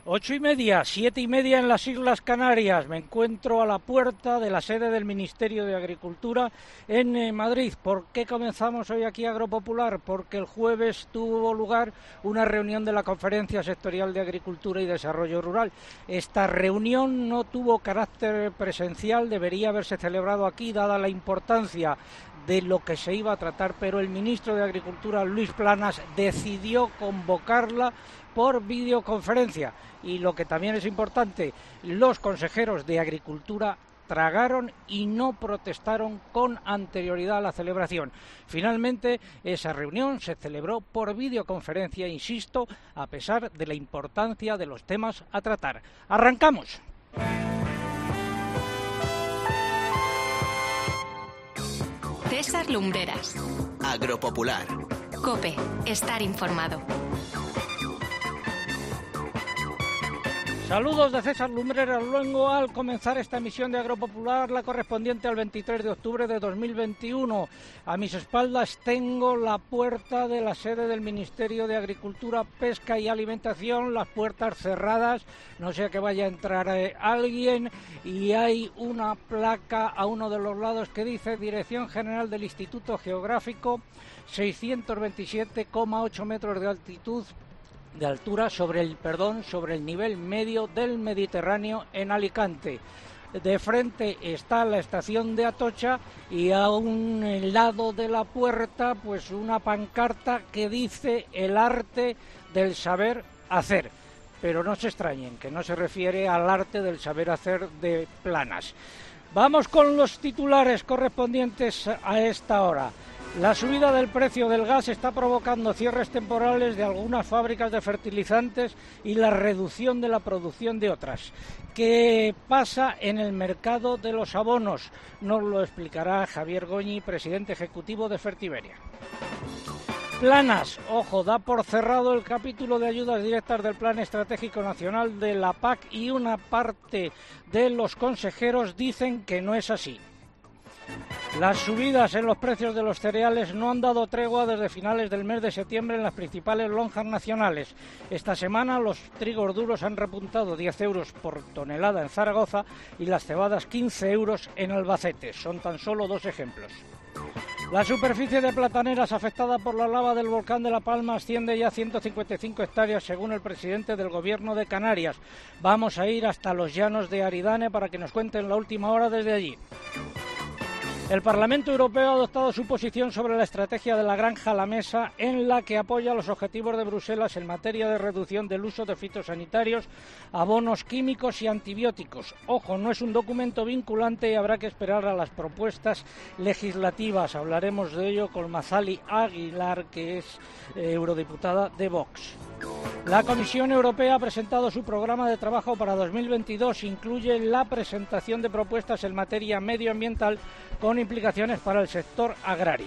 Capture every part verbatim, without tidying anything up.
Ocho y media, siete y media en las Islas Canarias. Me encuentro a la puerta de la sede del Ministerio de Agricultura en eh, Madrid. ¿Por qué comenzamos hoy aquí Agropopular? Porque el jueves tuvo lugar una reunión de la Conferencia Sectorial de Agricultura y Desarrollo Rural. Esta reunión no tuvo carácter presencial, debería haberse celebrado aquí, dada la importancia de lo que se iba a tratar, pero el ministro de Agricultura, Luis Planas, decidió convocarla por videoconferencia. Y lo que también es importante, los consejeros de Agricultura tragaron y no protestaron con anterioridad a la celebración. Finalmente, esa reunión se celebró por videoconferencia, insisto, a pesar de la importancia de los temas a tratar. ¡Arrancamos! César Lumbreras. Agropopular. COPE. Estar informado. Saludos de César Lumbreras Luengo al comenzar esta emisión de Agropopular, la correspondiente al veintitrés de octubre de dos mil veintiuno. A mis espaldas tengo la puerta de la sede del Ministerio de Agricultura, Pesca y Alimentación, las puertas cerradas, no sea que vaya a entrar eh, alguien, y hay una placa a uno de los lados que dice Dirección General del Instituto Geográfico, seiscientos veintisiete coma ocho metros de altitud, de altura sobre el perdón sobre el nivel medio del Mediterráneo en Alicante. De frente está la estación de Atocha y a un lado de la puerta pues una pancarta que dice el arte del saber hacer. Pero no se extrañen, que no se refiere al arte del saber hacer de Planas. Vamos con los titulares correspondientes a esta hora. La subida del precio del gas está provocando cierres temporales de algunas fábricas de fertilizantes y la reducción de la producción de otras. ¿Qué pasa en el mercado de los abonos? Nos lo explicará Javier Goñi, presidente ejecutivo de Fertiberia. Planas, ojo, da por cerrado el capítulo de ayudas directas del Plan Estratégico Nacional de la P A C y una parte de los consejeros dicen que no es así. Las subidas en los precios de los cereales no han dado tregua desde finales del mes de septiembre en las principales lonjas nacionales. Esta semana los trigos duros han repuntado diez euros por tonelada en Zaragoza y las cebadas quince euros en Albacete. Son tan solo dos ejemplos. La superficie de plataneras afectada por la lava del volcán de La Palma asciende ya a ciento cincuenta y cinco hectáreas, según el presidente del Gobierno de Canarias. Vamos a ir hasta los llanos de Aridane para que nos cuenten la última hora desde allí. El Parlamento Europeo ha adoptado su posición sobre la estrategia de la granja a la mesa, en la que apoya los objetivos de Bruselas en materia de reducción del uso de fitosanitarios, abonos químicos y antibióticos. Ojo, no es un documento vinculante y habrá que esperar a las propuestas legislativas. Hablaremos de ello con Mazali Aguilar, que es eh, eurodiputada de Vox. La Comisión Europea ha presentado su programa de trabajo para dos mil veintidós. Incluye la presentación de propuestas en materia medioambiental con implicaciones para el sector agrario.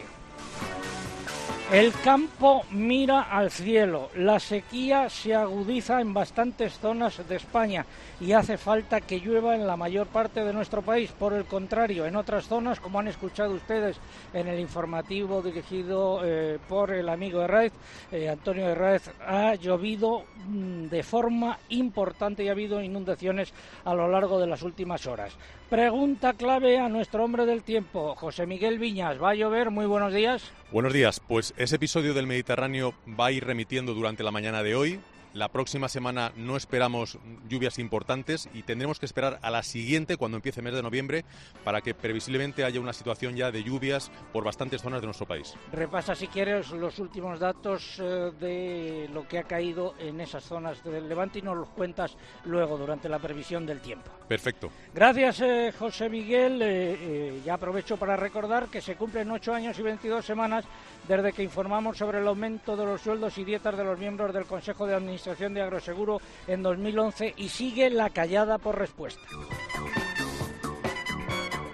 El campo mira al cielo. La sequía se agudiza en bastantes zonas de España y hace falta que llueva en la mayor parte de nuestro país. Por el contrario, en otras zonas, como han escuchado ustedes en el informativo dirigido eh, por el amigo Herráez, eh, Antonio Herráez, ha llovido mmm, de forma importante y ha habido inundaciones a lo largo de las últimas horas. Pregunta clave a nuestro hombre del tiempo, José Miguel Viñas. ¿Va a llover? Muy buenos días. Buenos días. Pues ese episodio del Mediterráneo va a ir remitiendo durante la mañana de hoy. La próxima semana no esperamos lluvias importantes y tendremos que esperar a la siguiente, cuando empiece el mes de noviembre, para que previsiblemente haya una situación ya de lluvias por bastantes zonas de nuestro país. Repasa, si quieres, los últimos datos eh, de lo que ha caído en esas zonas del Levante y nos los cuentas luego durante la previsión del tiempo. Perfecto. Gracias, eh, José Miguel. Eh, eh, ya aprovecho para recordar que se cumplen ocho años y veintidós semanas desde que informamos sobre el aumento de los sueldos y dietas de los miembros del Consejo de Administración de Agroseguro en dos mil once y sigue la callada por respuesta.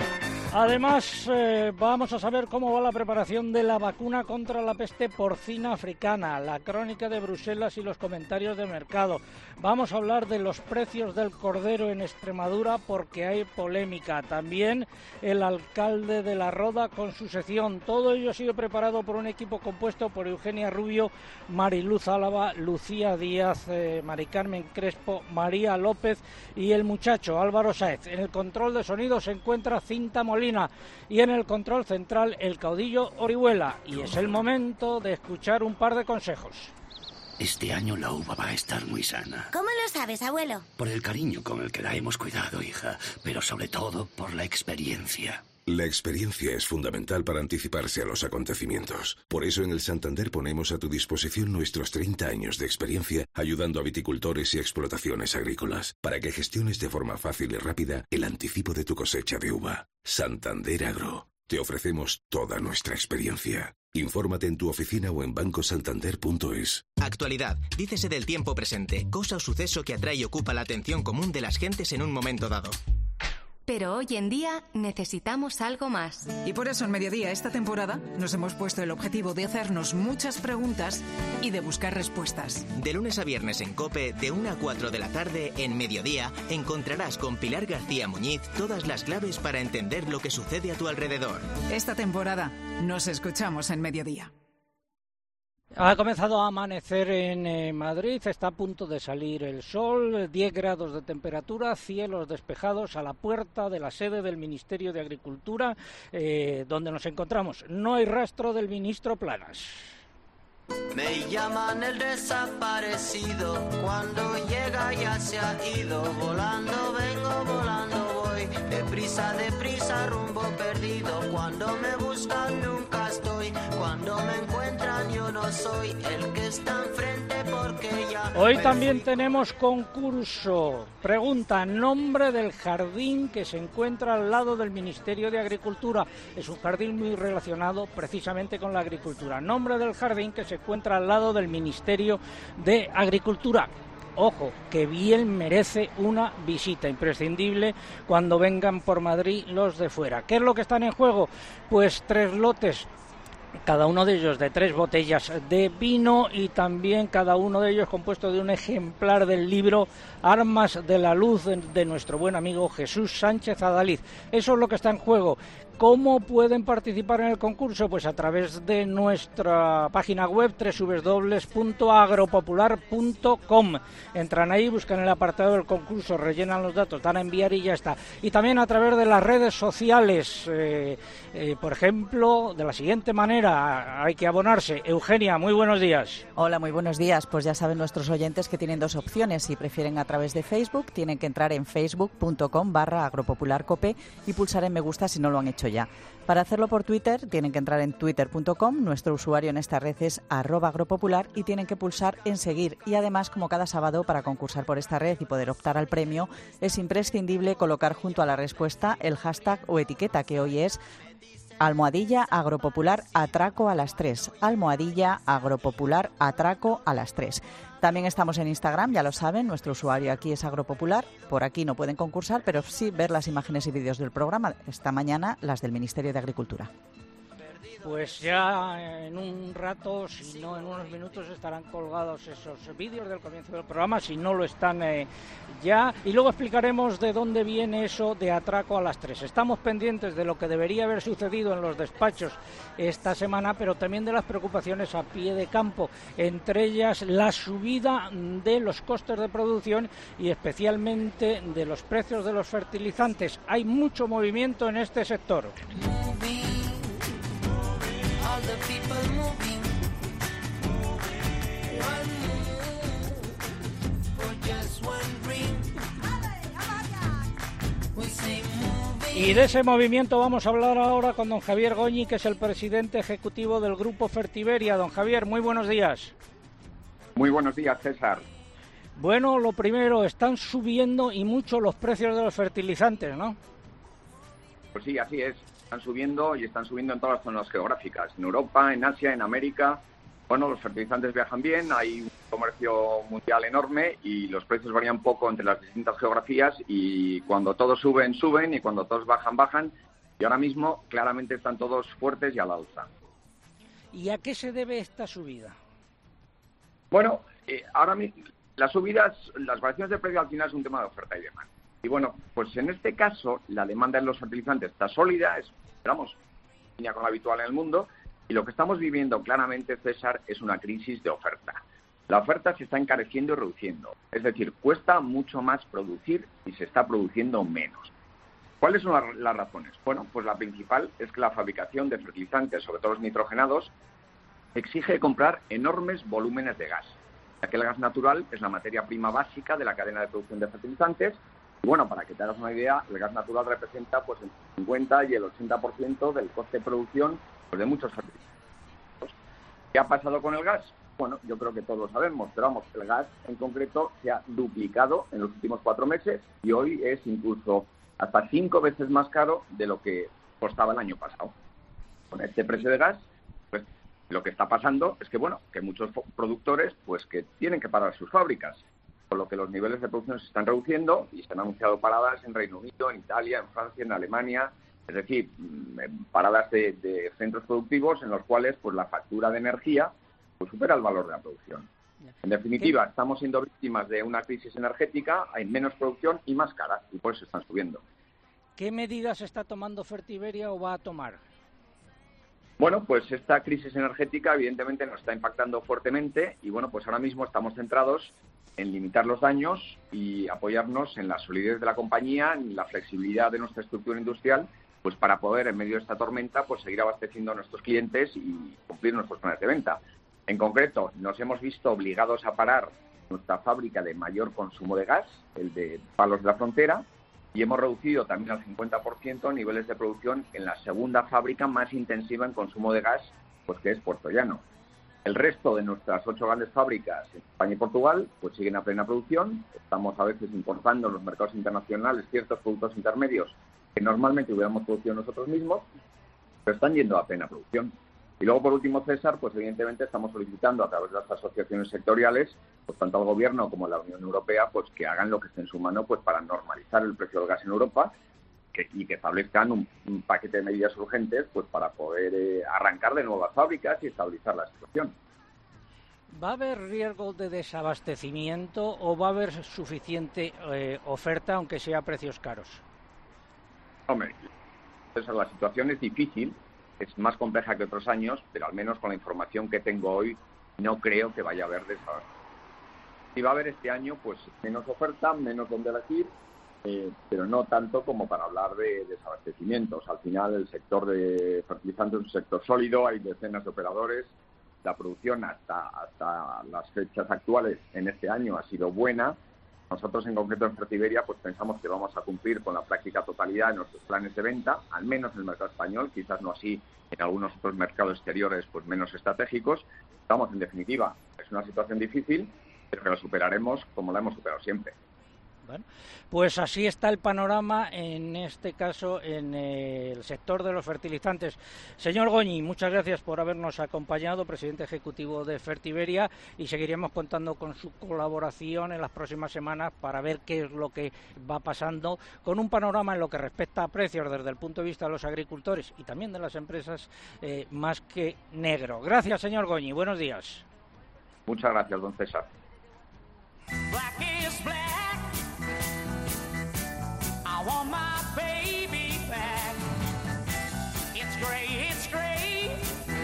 Además, eh, vamos a saber cómo va la preparación de la vacuna contra la peste porcina africana, la crónica de Bruselas y los comentarios de mercado. Vamos a hablar de los precios del cordero en Extremadura porque hay polémica. También el alcalde de La Roda con su sección. Todo ello ha sido preparado por un equipo compuesto por Eugenia Rubio, Mariluz Álava, Lucía Díaz, eh, Mari Carmen Crespo, María López y el muchacho Álvaro Sáez. En el control de sonido se encuentra Cinta Molina y en el control central el caudillo Orihuela. Y es el momento de escuchar un par de consejos. Este año la uva va a estar muy sana. ¿Cómo lo sabes, abuelo? Por el cariño con el que la hemos cuidado, hija, pero sobre todo por la experiencia. La experiencia es fundamental para anticiparse a los acontecimientos. Por eso en el Santander ponemos a tu disposición nuestros treinta años de experiencia ayudando a viticultores y explotaciones agrícolas para que gestiones de forma fácil y rápida el anticipo de tu cosecha de uva. Santander Agro. Te ofrecemos toda nuestra experiencia. Infórmate en tu oficina o en banco santander punto es. Actualidad. Dícese del tiempo presente, cosa o suceso que atrae y ocupa la atención común de las gentes en un momento dado. Pero hoy en día necesitamos algo más. Y por eso en Mediodía esta temporada nos hemos puesto el objetivo de hacernos muchas preguntas y de buscar respuestas. De lunes a viernes en COPE, de una a cuatro de la tarde, en Mediodía, encontrarás con Pilar García Muñiz todas las claves para entender lo que sucede a tu alrededor. Esta temporada nos escuchamos en Mediodía. Ha comenzado a amanecer en eh, Madrid, está a punto de salir el sol, diez grados de temperatura, cielos despejados a la puerta de la sede del Ministerio de Agricultura, eh, donde nos encontramos. No hay rastro del ministro Planas. Me llaman el desaparecido, cuando llega ya se ha ido, volando vengo, volando voy, deprisa, deprisa, rumbo perdido, cuando me buscan nunca estoy, cuando me encuentran yo no soy el que está enfrente porque ya... Hoy también tenemos concurso. Pregunta, nombre del jardín que se encuentra al lado del Ministerio de Agricultura. Es un jardín muy relacionado precisamente con la agricultura. Nombre del jardín que se encuentra al lado del Ministerio de Agricultura. Ojo, que bien merece una visita imprescindible cuando vengan por Madrid los de fuera. ¿Qué es lo que están en juego? Pues tres lotes, cada uno de ellos de tres botellas de vino y también cada uno de ellos compuesto de un ejemplar del libro Armas de la Luz de, de nuestro buen amigo Jesús Sánchez Adalid. Eso es lo que está en juego. ¿Cómo pueden participar en el concurso? Pues a través de nuestra página web doble u doble u doble u punto agropopular punto com. Entran ahí, buscan el apartado del concurso, rellenan los datos, dan a enviar y ya está. Y también a través de las redes sociales, eh, eh, por ejemplo, de la siguiente manera, hay que abonarse. Eugenia, muy buenos días. Hola, muy buenos días. Pues ya saben nuestros oyentes que tienen dos opciones. Si prefieren a través de Facebook, tienen que entrar en facebook punto com barra agropopularcope y pulsar en me gusta si no lo han hecho ya. Para hacerlo por Twitter tienen que entrar en twitter punto com, nuestro usuario en esta red es arroba agropopular y tienen que pulsar en seguir. Y además, como cada sábado, para concursar por esta red y poder optar al premio, es imprescindible colocar junto a la respuesta el hashtag o etiqueta, que hoy es almohadilla agropopular atraco a las tres. Almohadilla agropopular atraco a las tres. También estamos en Instagram, ya lo saben, nuestro usuario aquí es Agropopular. Por aquí no pueden concursar, pero sí ver las imágenes y vídeos del programa. Esta mañana las del Ministerio de Agricultura. Pues ya en un rato, si no en unos minutos, estarán colgados esos vídeos del comienzo del programa, si no lo están eh, ya. Y luego explicaremos de dónde viene eso de atraco a las tres. Estamos pendientes de lo que debería haber sucedido en los despachos esta semana, pero también de las preocupaciones a pie de campo, entre ellas la subida de los costes de producción y especialmente de los precios de los fertilizantes. Hay mucho movimiento en este sector. Y de ese movimiento vamos a hablar ahora con don Javier Goñi, que es el presidente ejecutivo del Grupo Fertiberia. Don Javier, muy buenos días. Muy buenos días, César. Bueno, lo primero, están subiendo y mucho los precios de los fertilizantes, ¿no? Pues sí, así es. Están subiendo y están subiendo en todas las zonas geográficas. En Europa, en Asia, en América. Bueno, los fertilizantes viajan bien, hay un comercio mundial enorme y los precios varían poco entre las distintas geografías y cuando todos suben, suben y cuando todos bajan, bajan. Y ahora mismo claramente están todos fuertes y al alza. ¿Y a qué se debe esta subida? Bueno, eh, ahora mismo las subidas, las variaciones de precio al final es un tema de oferta y demanda. Y bueno, pues en este caso la demanda en los fertilizantes está sólida, es, esperamos, en línea con lo habitual en el mundo, y lo que estamos viviendo claramente, César, es una crisis de oferta. La oferta se está encareciendo y reduciendo, es decir, cuesta mucho más producir y se está produciendo menos. ¿Cuáles son las, las razones? Bueno, pues la principal es que la fabricación de fertilizantes, sobre todo los nitrogenados, exige comprar enormes volúmenes de gas, ya que el gas natural es la materia prima básica de la cadena de producción de fertilizantes. Y bueno, para que te hagas una idea, el gas natural representa pues el cincuenta y el ochenta por ciento del coste de producción pues, de muchos fertilizantes. ¿Qué ha pasado con el gas? Bueno, yo creo que todos lo sabemos, pero vamos, el gas en concreto se ha duplicado en los últimos cuatro meses y hoy es incluso hasta cinco veces más caro de lo que costaba el año pasado. Con este precio de gas, pues lo que está pasando es que, bueno, que muchos productores pues que tienen que parar sus fábricas, por lo que los niveles de producción se están reduciendo y se han anunciado paradas en Reino Unido, en Italia, en Francia, en Alemania, es decir, paradas de, de centros productivos en los cuales pues la factura de energía pues supera el valor de la producción. En definitiva, estamos siendo víctimas de una crisis energética, hay menos producción y más cara, y por eso están subiendo. ¿Qué medidas está tomando Fertiberia o va a tomar? Bueno, pues esta crisis energética evidentemente nos está impactando fuertemente y bueno, pues ahora mismo estamos centrados en limitar los daños y apoyarnos en la solidez de la compañía, en la flexibilidad de nuestra estructura industrial, pues para poder en medio de esta tormenta pues seguir abasteciendo a nuestros clientes y cumplir nuestros planes de venta. En concreto, nos hemos visto obligados a parar nuestra fábrica de mayor consumo de gas, el de Palos de la Frontera, y hemos reducido también al cincuenta por ciento niveles de producción en la segunda fábrica más intensiva en consumo de gas, pues que es Puerto Llano. El resto de nuestras ocho grandes fábricas en España y Portugal pues siguen a plena producción. Estamos a veces importando en los mercados internacionales ciertos productos intermedios que normalmente hubiéramos producido nosotros mismos, pero están yendo a plena producción. Y luego, por último, César, pues evidentemente estamos solicitando a través de las asociaciones sectoriales, pues tanto al Gobierno como a la Unión Europea, pues que hagan lo que esté en su mano pues para normalizar el precio del gas en Europa que, y que establezcan un, un paquete de medidas urgentes pues para poder eh, arrancar de nuevas fábricas y estabilizar la situación. ¿Va a haber riesgo de desabastecimiento o va a haber suficiente eh, oferta, aunque sea a precios caros? Hombre, César, la situación es difícil. Es más compleja que otros años, pero al menos con la información que tengo hoy, no creo que vaya a haber desabastecimiento. Si va a haber este año, pues menos oferta, menos donde elegir, eh, pero no tanto como para hablar de desabastecimientos. Al final, el sector de fertilizantes es un sector sólido, hay decenas de operadores. La producción hasta, hasta las fechas actuales en este año ha sido buena. Nosotros, en concreto en Fertiberia, pues pensamos que vamos a cumplir con la práctica totalidad de nuestros planes de venta, al menos en el mercado español, quizás no así en algunos otros mercados exteriores pues menos estratégicos. Vamos, en definitiva, es una situación difícil, pero que la superaremos como la hemos superado siempre. Bueno, pues así está el panorama, en este caso, en el sector de los fertilizantes. Señor Goñi, muchas gracias por habernos acompañado, presidente ejecutivo de Fertiberia, y seguiremos contando con su colaboración en las próximas semanas para ver qué es lo que va pasando, con un panorama en lo que respecta a precios desde el punto de vista de los agricultores y también de las empresas eh, más que negro. Gracias, señor Goñi. Buenos días. Muchas gracias, don César. I want my baby back. It's great, it's great.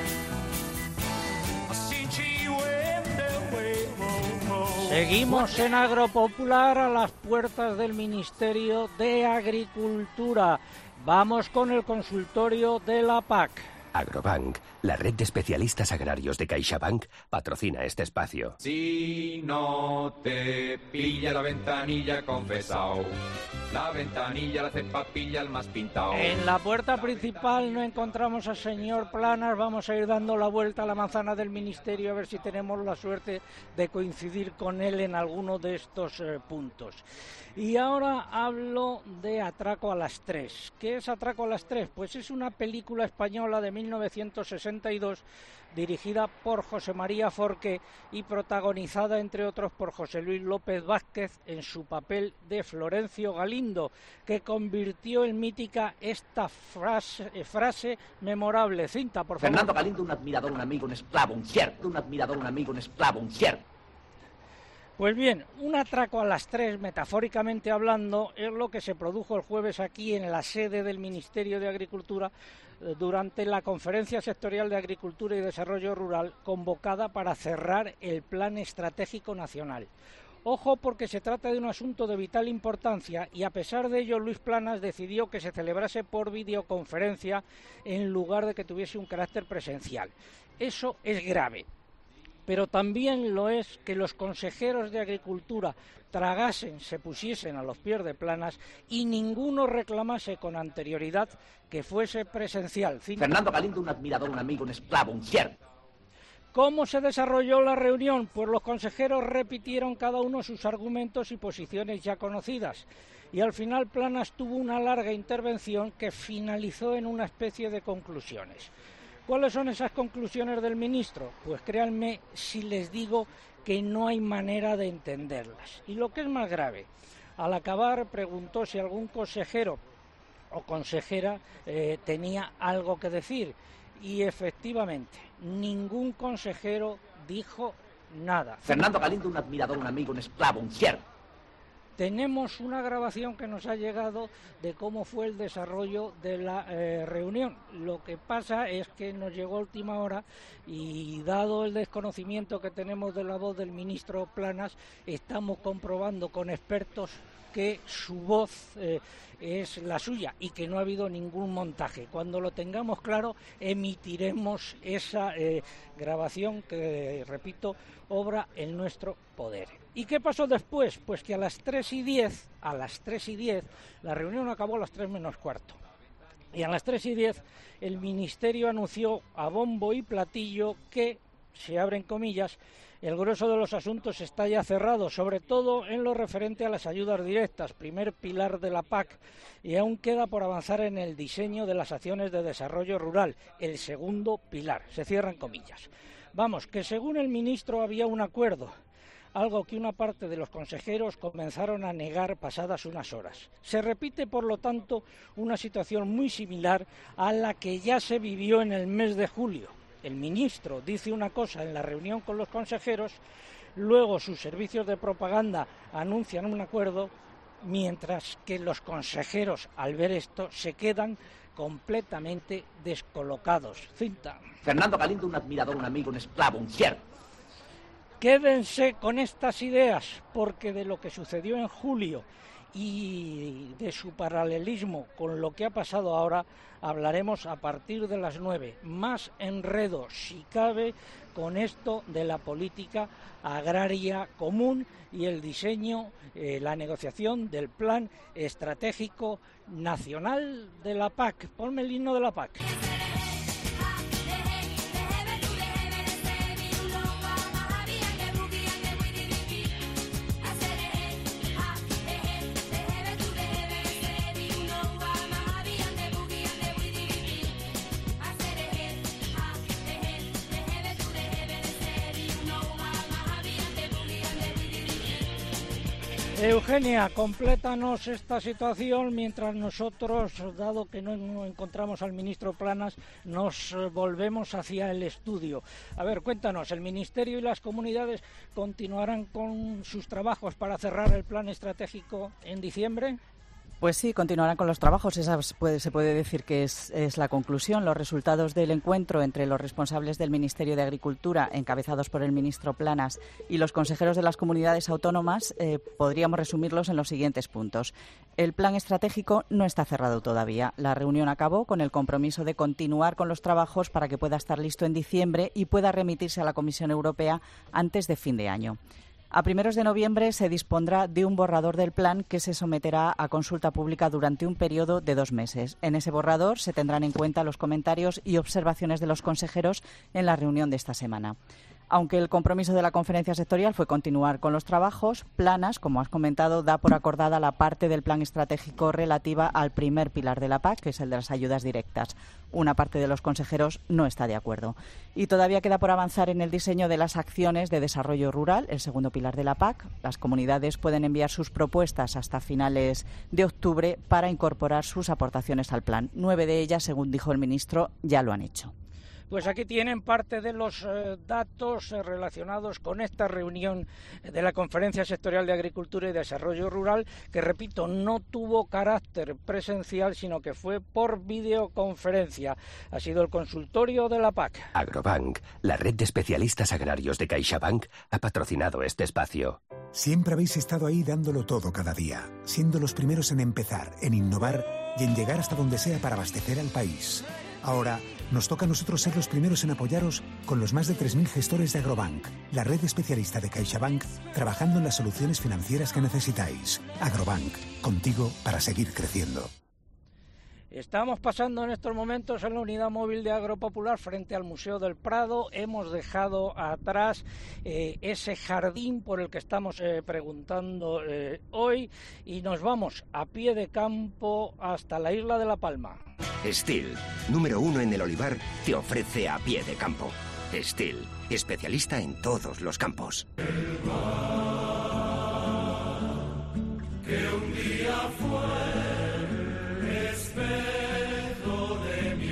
Since she went away. Seguimos en Agropopular a las puertas del Ministerio de Agricultura. Vamos con el consultorio de la P A C. Agrobank, la red de especialistas agrarios de CaixaBank, patrocina este espacio. Si no te pilla la ventanilla, confesao. La ventanilla la cepa pilla el más pintao. En la puerta principal no encontramos al señor Planas. Vamos a ir dando la vuelta a la manzana del Ministerio a ver si tenemos la suerte de coincidir con él en alguno de estos eh, puntos. Y ahora hablo de Atraco a las tres. ¿Qué es Atraco a las tres? Pues es una película española de mil novecientos sesenta ochenta y dos, dirigida por José María Forqué y protagonizada, entre otros, por José Luis López Vázquez en su papel de Florencio Galindo, que convirtió en mítica esta frase, frase memorable. Cinta, por favor. Fernando Galindo, un admirador, un amigo, un esclavo, un cierto, un admirador, un amigo, un esclavo, un cierto. Pues bien, un atraco a las tres, metafóricamente hablando, es lo que se produjo el jueves aquí en la sede del Ministerio de Agricultura durante la Conferencia Sectorial de Agricultura y Desarrollo Rural convocada para cerrar el Plan Estratégico Nacional. Ojo, porque se trata de un asunto de vital importancia y a pesar de ello Luis Planas decidió que se celebrase por videoconferencia en lugar de que tuviese un carácter presencial. Eso es grave. Pero también lo es que los consejeros de Agricultura tragasen, se pusiesen a los pies de Planas y ninguno reclamase con anterioridad que fuese presencial. Fernando Galindo, un admirador, un amigo, un esclavo, un cierto. ¿Cómo se desarrolló la reunión? Pues los consejeros repitieron cada uno sus argumentos y posiciones ya conocidas. Y al final Planas tuvo una larga intervención que finalizó en una especie de conclusiones. ¿Cuáles son esas conclusiones del ministro? Pues créanme si les digo que no hay manera de entenderlas. Y lo que es más grave, al acabar preguntó si algún consejero o consejera eh, tenía algo que decir. Y efectivamente, ningún consejero dijo nada. Fernando Galindo, un admirador, un amigo, un esclavo, un cierto. Tenemos una grabación que nos ha llegado de cómo fue el desarrollo de la eh, reunión. Lo que pasa es que nos llegó a última hora y, dado el desconocimiento que tenemos de la voz del ministro Planas, estamos comprobando con expertos que su voz eh, es la suya y que no ha habido ningún montaje. Cuando lo tengamos claro, emitiremos esa eh, grabación que, repito, obra en nuestro poder. ¿Y qué pasó después? Pues que a las tres y diez, a las tres y diez, la reunión acabó a las tres menos cuarto. Y a las tres y diez el Ministerio anunció a bombo y platillo que, se abren comillas, el grueso de los asuntos está ya cerrado, sobre todo en lo referente a las ayudas directas, primer pilar de la P A C, y aún queda por avanzar en el diseño de las acciones de desarrollo rural, el segundo pilar, se cierran comillas. Vamos, que según el ministro había un acuerdo, algo que una parte de los consejeros comenzaron a negar pasadas unas horas. Se repite, por lo tanto, una situación muy similar a la que ya se vivió en el mes de julio. El ministro dice una cosa en la reunión con los consejeros, luego sus servicios de propaganda anuncian un acuerdo, mientras que los consejeros, al ver esto, se quedan completamente descolocados. Cinta. Fernando Galindo, un admirador, un amigo, un esclavo, un cierto. Quédense con estas ideas, porque de lo que sucedió en julio y de su paralelismo con lo que ha pasado ahora hablaremos a partir de las nueve. Más enredo, si cabe, con esto de la política agraria común y el diseño, eh, la negociación del Plan Estratégico Nacional de la P A C. Ponme el himno de la P A C. Eugenia, complétanos esta situación mientras nosotros, dado que no encontramos al ministro Planas, nos volvemos hacia el estudio. A ver, cuéntanos, ¿el Ministerio y las comunidades continuarán con sus trabajos para cerrar el plan estratégico en diciembre? Pues sí, continuarán con los trabajos. Esa puede, se puede decir que es, es la conclusión. Los resultados del encuentro entre los responsables del Ministerio de Agricultura, encabezados por el ministro Planas, y los consejeros de las comunidades autónomas, eh, podríamos resumirlos en los siguientes puntos. El plan estratégico no está cerrado todavía. La reunión acabó con el compromiso de continuar con los trabajos para que pueda estar listo en diciembre y pueda remitirse a la Comisión Europea antes de fin de año. A primeros de noviembre se dispondrá de un borrador del plan que se someterá a consulta pública durante un periodo de dos meses. En ese borrador se tendrán en cuenta los comentarios y observaciones de los consejeros en la reunión de esta semana. Aunque el compromiso de la conferencia sectorial fue continuar con los trabajos, Planas, como has comentado, da por acordada la parte del plan estratégico relativa al primer pilar de la P A C, que es el de las ayudas directas. Una parte de los consejeros no está de acuerdo. Y todavía queda por avanzar en el diseño de las acciones de desarrollo rural, el segundo pilar de la P A C. Las comunidades pueden enviar sus propuestas hasta finales de octubre para incorporar sus aportaciones al plan. Nueve de ellas, según dijo el ministro, ya lo han hecho. Pues aquí tienen parte de los eh, datos eh, relacionados con esta reunión de la Conferencia Sectorial de Agricultura y Desarrollo Rural, que, repito, no tuvo carácter presencial, sino que fue por videoconferencia. Ha sido el consultorio de la P A C. Agrobank, la red de especialistas agrarios de CaixaBank, ha patrocinado este espacio. Siempre habéis estado ahí dándolo todo cada día, siendo los primeros en empezar, en innovar y en llegar hasta donde sea para abastecer al país. Ahora nos toca a nosotros ser los primeros en apoyaros con los más de tres mil gestores de Agrobank, la red especialista de CaixaBank, trabajando en las soluciones financieras que necesitáis. Agrobank, contigo para seguir creciendo. Estamos pasando en estos momentos en la unidad móvil de Agropopular frente al Museo del Prado. Hemos dejado atrás eh, ese jardín por el que estamos eh, preguntando eh, hoy y nos vamos a pie de campo hasta la isla de La Palma. Steel, número uno en el olivar, te ofrece a pie de campo. Steel, especialista en todos los campos. El mar, que un día fue espejo de mi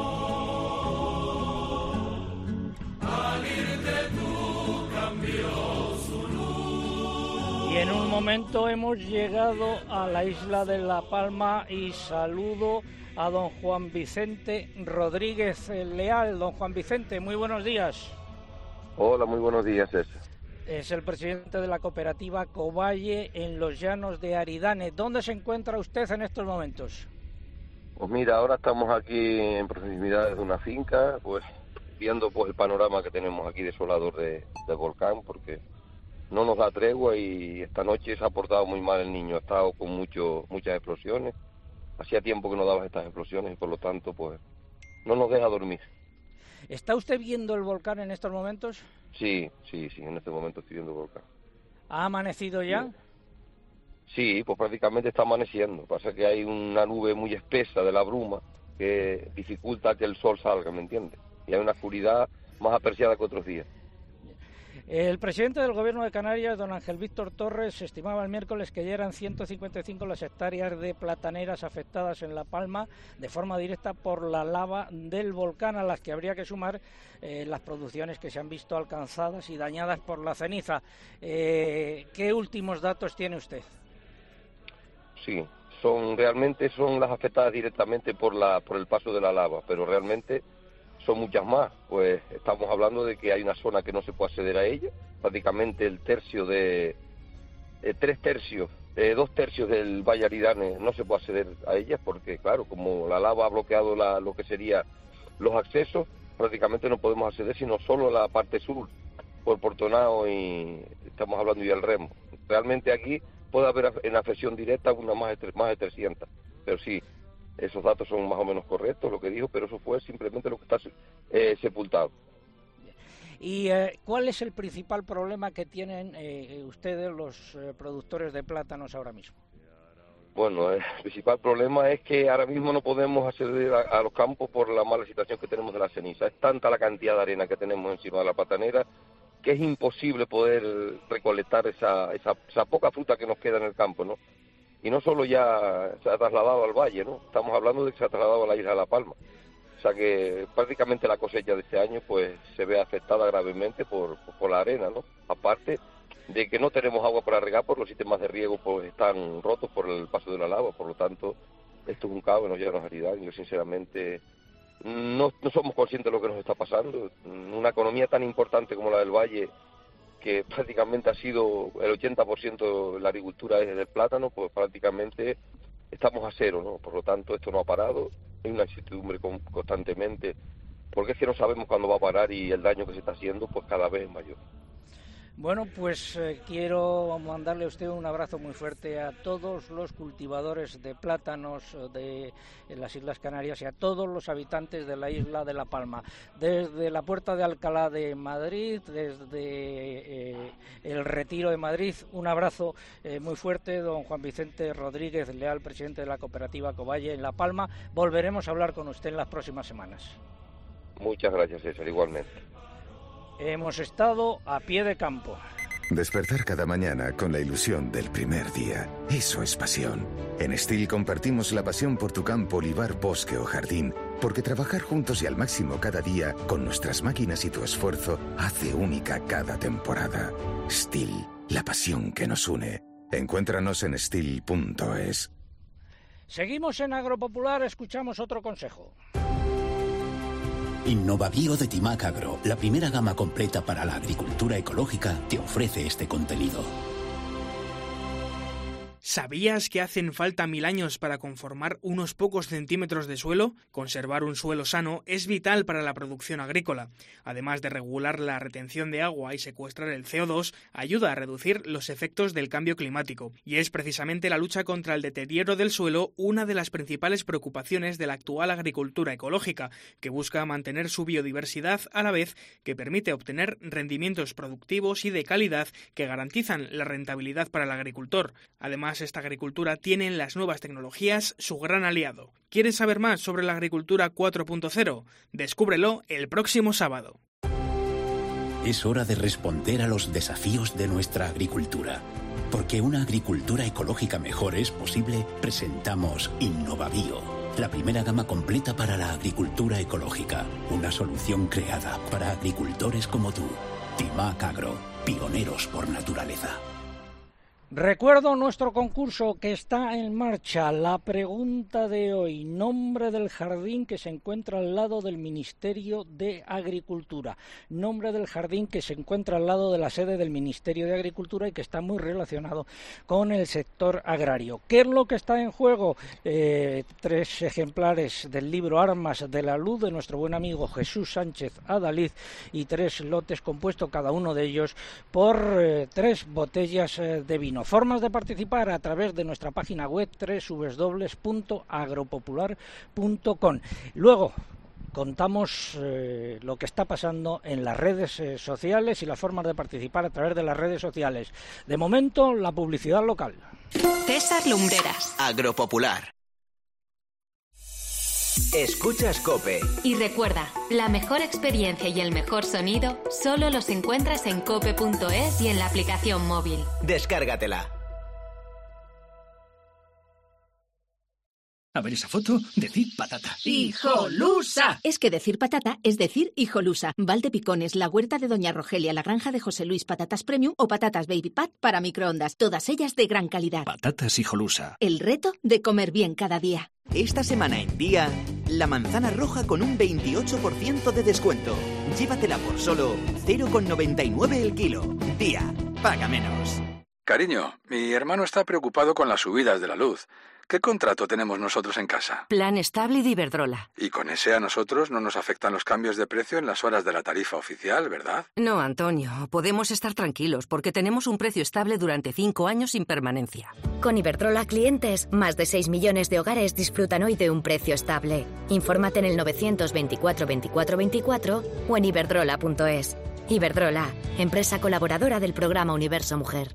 amor, al irte tú cambió su luz. Y en un momento hemos llegado a la isla de La Palma y saludo a don Juan Vicente Rodríguez Leal. Don Juan Vicente, muy buenos días. Hola, muy buenos días, César. Es el presidente de la cooperativa Covalle en los llanos de Aridane. ¿Dónde se encuentra usted en estos momentos? Pues mira, ahora estamos aquí en proximidades de una finca, pues viendo pues el panorama que tenemos aquí desolador de, del volcán, porque no nos da tregua y esta noche se ha portado muy mal el niño, ha estado con mucho, muchas explosiones. Hacía tiempo que no daba estas explosiones y por lo tanto pues no nos deja dormir. ¿Está usted viendo el volcán en estos momentos? Sí, sí, sí, en este momento estoy viendo el volcán. ¿Ha amanecido ya? Sí, pues prácticamente está amaneciendo. Pasa que hay una nube muy espesa de la bruma que dificulta que el sol salga, ¿me entiendes? Y hay una oscuridad más apreciada que otros días. El presidente del Gobierno de Canarias, don Ángel Víctor Torres, estimaba el miércoles que ya eran ciento cincuenta y cinco las hectáreas de plataneras afectadas en La Palma de forma directa por la lava del volcán, a las que habría que sumar eh, las producciones que se han visto alcanzadas y dañadas por la ceniza. Eh, ¿Qué últimos datos tiene usted? Sí, son realmente son las afectadas directamente por la por el paso de la lava, pero realmente son muchas más, pues estamos hablando de que hay una zona que no se puede acceder a ella, prácticamente el tercio de, eh, tres tercios, eh, dos tercios del Valle Aridane no se puede acceder a ellas porque, claro, como la lava ha bloqueado la, lo que sería los accesos, prácticamente no podemos acceder sino solo a la parte sur, por Portonao y estamos hablando y el Remo. Realmente aquí puede haber en afección directa una más de, más de trescientas, pero sí, esos datos son más o menos correctos, lo que dijo, pero eso fue simplemente lo que está eh, sepultado. ¿Y eh, cuál es el principal problema que tienen eh, ustedes, los eh, productores de plátanos, ahora mismo? Bueno, el principal problema es que ahora mismo no podemos acceder a, a los campos por la mala situación que tenemos de la ceniza. Es tanta la cantidad de arena que tenemos encima de la platanera que es imposible poder recolectar esa, esa, esa poca fruta que nos queda en el campo, ¿no? Y no solo ya se ha trasladado al valle, ¿no? Estamos hablando de que se ha trasladado a la isla de La Palma. O sea que prácticamente la cosecha de este año pues se ve afectada gravemente por, por la arena, ¿no? Aparte de que no tenemos agua para regar, por los sistemas de riego pues están rotos por el paso de la lava, por lo tanto esto es un caos, nos lleva a realidad. Yo sinceramente no, no somos conscientes de lo que nos está pasando. Una economía tan importante como la del valle, que prácticamente ha sido el ochenta por ciento de la agricultura es del plátano, pues prácticamente estamos a cero, ¿no? Por lo tanto, esto no ha parado, hay una incertidumbre con, constantemente, porque es que no sabemos cuándo va a parar y el daño que se está haciendo, pues cada vez es mayor. Bueno, pues eh, quiero mandarle a usted un abrazo muy fuerte a todos los cultivadores de plátanos de en las Islas Canarias y a todos los habitantes de la isla de La Palma. Desde la Puerta de Alcalá de Madrid, desde eh, el Retiro de Madrid, un abrazo eh, muy fuerte, don Juan Vicente Rodríguez Leal, presidente de la cooperativa Covalle en La Palma. Volveremos a hablar con usted en las próximas semanas. Muchas gracias, César, igualmente. Hemos estado a pie de campo. Despertar cada mañana con la ilusión del primer día. Eso es pasión. En Stihl compartimos la pasión por tu campo, olivar, bosque o jardín, porque trabajar juntos y al máximo cada día, con nuestras máquinas y tu esfuerzo, hace única cada temporada. Stihl, la pasión que nos une. Encuéntranos en stihl punto es. Seguimos en Agropopular, escuchamos otro consejo. Innovabio de Timac Agro, la primera gama completa para la agricultura ecológica, te ofrece este contenido. ¿Sabías que hacen falta mil años para conformar unos pocos centímetros de suelo? Conservar un suelo sano es vital para la producción agrícola. Además de regular la retención de agua y secuestrar el C O dos, ayuda a reducir los efectos del cambio climático. Y es precisamente la lucha contra el deterioro del suelo una de las principales preocupaciones de la actual agricultura ecológica, que busca mantener su biodiversidad a la vez que permite obtener rendimientos productivos y de calidad que garantizan la rentabilidad para el agricultor. Además, esta agricultura tiene en las nuevas tecnologías su gran aliado. ¿Quieres saber más sobre la agricultura cuatro punto cero? Descúbrelo el próximo sábado. Es hora de responder a los desafíos de nuestra agricultura. Porque una agricultura ecológica mejor es posible, presentamos Innovabio, la primera gama completa para la agricultura ecológica. Una solución creada para agricultores como tú. Timac Agro, pioneros por naturaleza. Recuerdo nuestro concurso que está en marcha. La pregunta de hoy, nombre del jardín que se encuentra al lado del Ministerio de Agricultura. Nombre del jardín que se encuentra al lado de la sede del Ministerio de Agricultura y que está muy relacionado con el sector agrario. ¿Qué es lo que está en juego? Eh, tres ejemplares del libro Armas de la Luz de nuestro buen amigo Jesús Sánchez Adalid y tres lotes compuestos cada uno de ellos por eh, tres botellas eh, de vino. Formas de participar a través de nuestra página web doble u doble u doble u punto agropopular punto com. Luego contamos eh, lo que está pasando en las redes eh, sociales y las formas de participar a través de las redes sociales. De momento, la publicidad local. César Lumbreras. Agropopular. Escuchas COPE. Y recuerda, la mejor experiencia y el mejor sonido solo los encuentras en cope punto es y en la aplicación móvil. Descárgatela. A ver esa foto, decir patata. ¡Hijolusa! Es que decir patata es decir hijolusa. Valdepicones, la huerta de Doña Rogelia, la granja de José Luis, patatas premium o patatas baby pat para microondas. Todas ellas de gran calidad. Patatas hijolusa. El reto de comer bien cada día. Esta semana en Día, la manzana roja con un veintiocho por ciento de descuento. Llévatela por solo cero coma noventa y nueve el kilo. Día, paga menos. Cariño, mi hermano está preocupado con las subidas de la luz. ¿Qué contrato tenemos nosotros en casa? Plan estable de Iberdrola. Y con ese a nosotros no nos afectan los cambios de precio en las horas de la tarifa oficial, ¿verdad? No, Antonio, podemos estar tranquilos porque tenemos un precio estable durante cinco años sin permanencia. Con Iberdrola clientes, más de seis millones de hogares disfrutan hoy de un precio estable. Infórmate en el novecientos veinticuatro veinticuatro veinticuatro o en iberdrola punto es. Iberdrola, empresa colaboradora del programa Universo Mujer.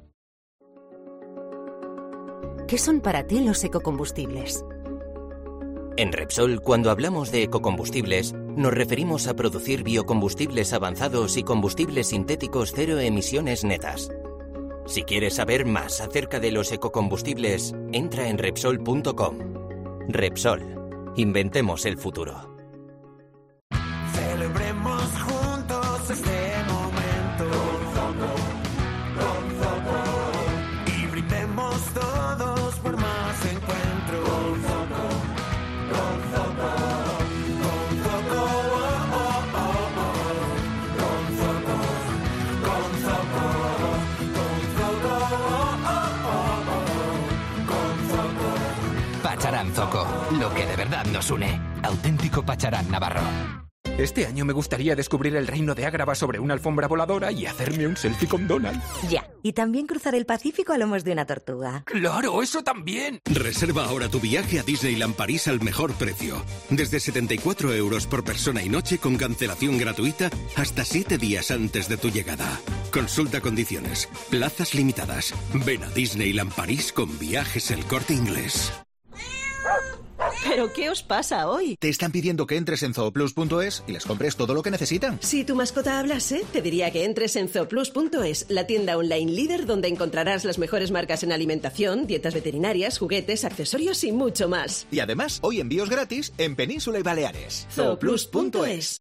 ¿Qué son para ti los ecocombustibles? En Repsol, cuando hablamos de ecocombustibles, nos referimos a producir biocombustibles avanzados y combustibles sintéticos cero emisiones netas. Si quieres saber más acerca de los ecocombustibles, entra en Repsol punto com. Repsol. Inventemos el futuro. Celebremos juntos este momento. Con Zoco, con Zoco. Y brindemos todos por más encuentros. Con Zoco, con Zoco. Con Zoco, oh, oh, oh, oh. Con Zoco, con Zoco. Con Zoco, oh, oh, oh, oh. Con Zoco. Pacharán Zoco, lo que de verdad nos une. Auténtico Pacharán navarro. Este año me gustaría descubrir el reino de Ágrava sobre una alfombra voladora y hacerme un selfie con Donald. Ya. Y también cruzar el Pacífico a lomos de una tortuga. ¡Claro, eso también! Reserva ahora tu viaje a Disneyland París al mejor precio. Desde setenta y cuatro euros por persona y noche con cancelación gratuita hasta siete días antes de tu llegada. Consulta condiciones. Plazas limitadas. Ven a Disneyland París con Viajes El Corte Inglés. ¿Pero qué os pasa hoy? Te están pidiendo que entres en zooplus punto es y les compres todo lo que necesitan. Si tu mascota hablase, te diría que entres en zooplus punto es, la tienda online líder donde encontrarás las mejores marcas en alimentación, dietas veterinarias, juguetes, accesorios y mucho más. Y además, hoy envíos gratis en Península y Baleares. zooplus punto es.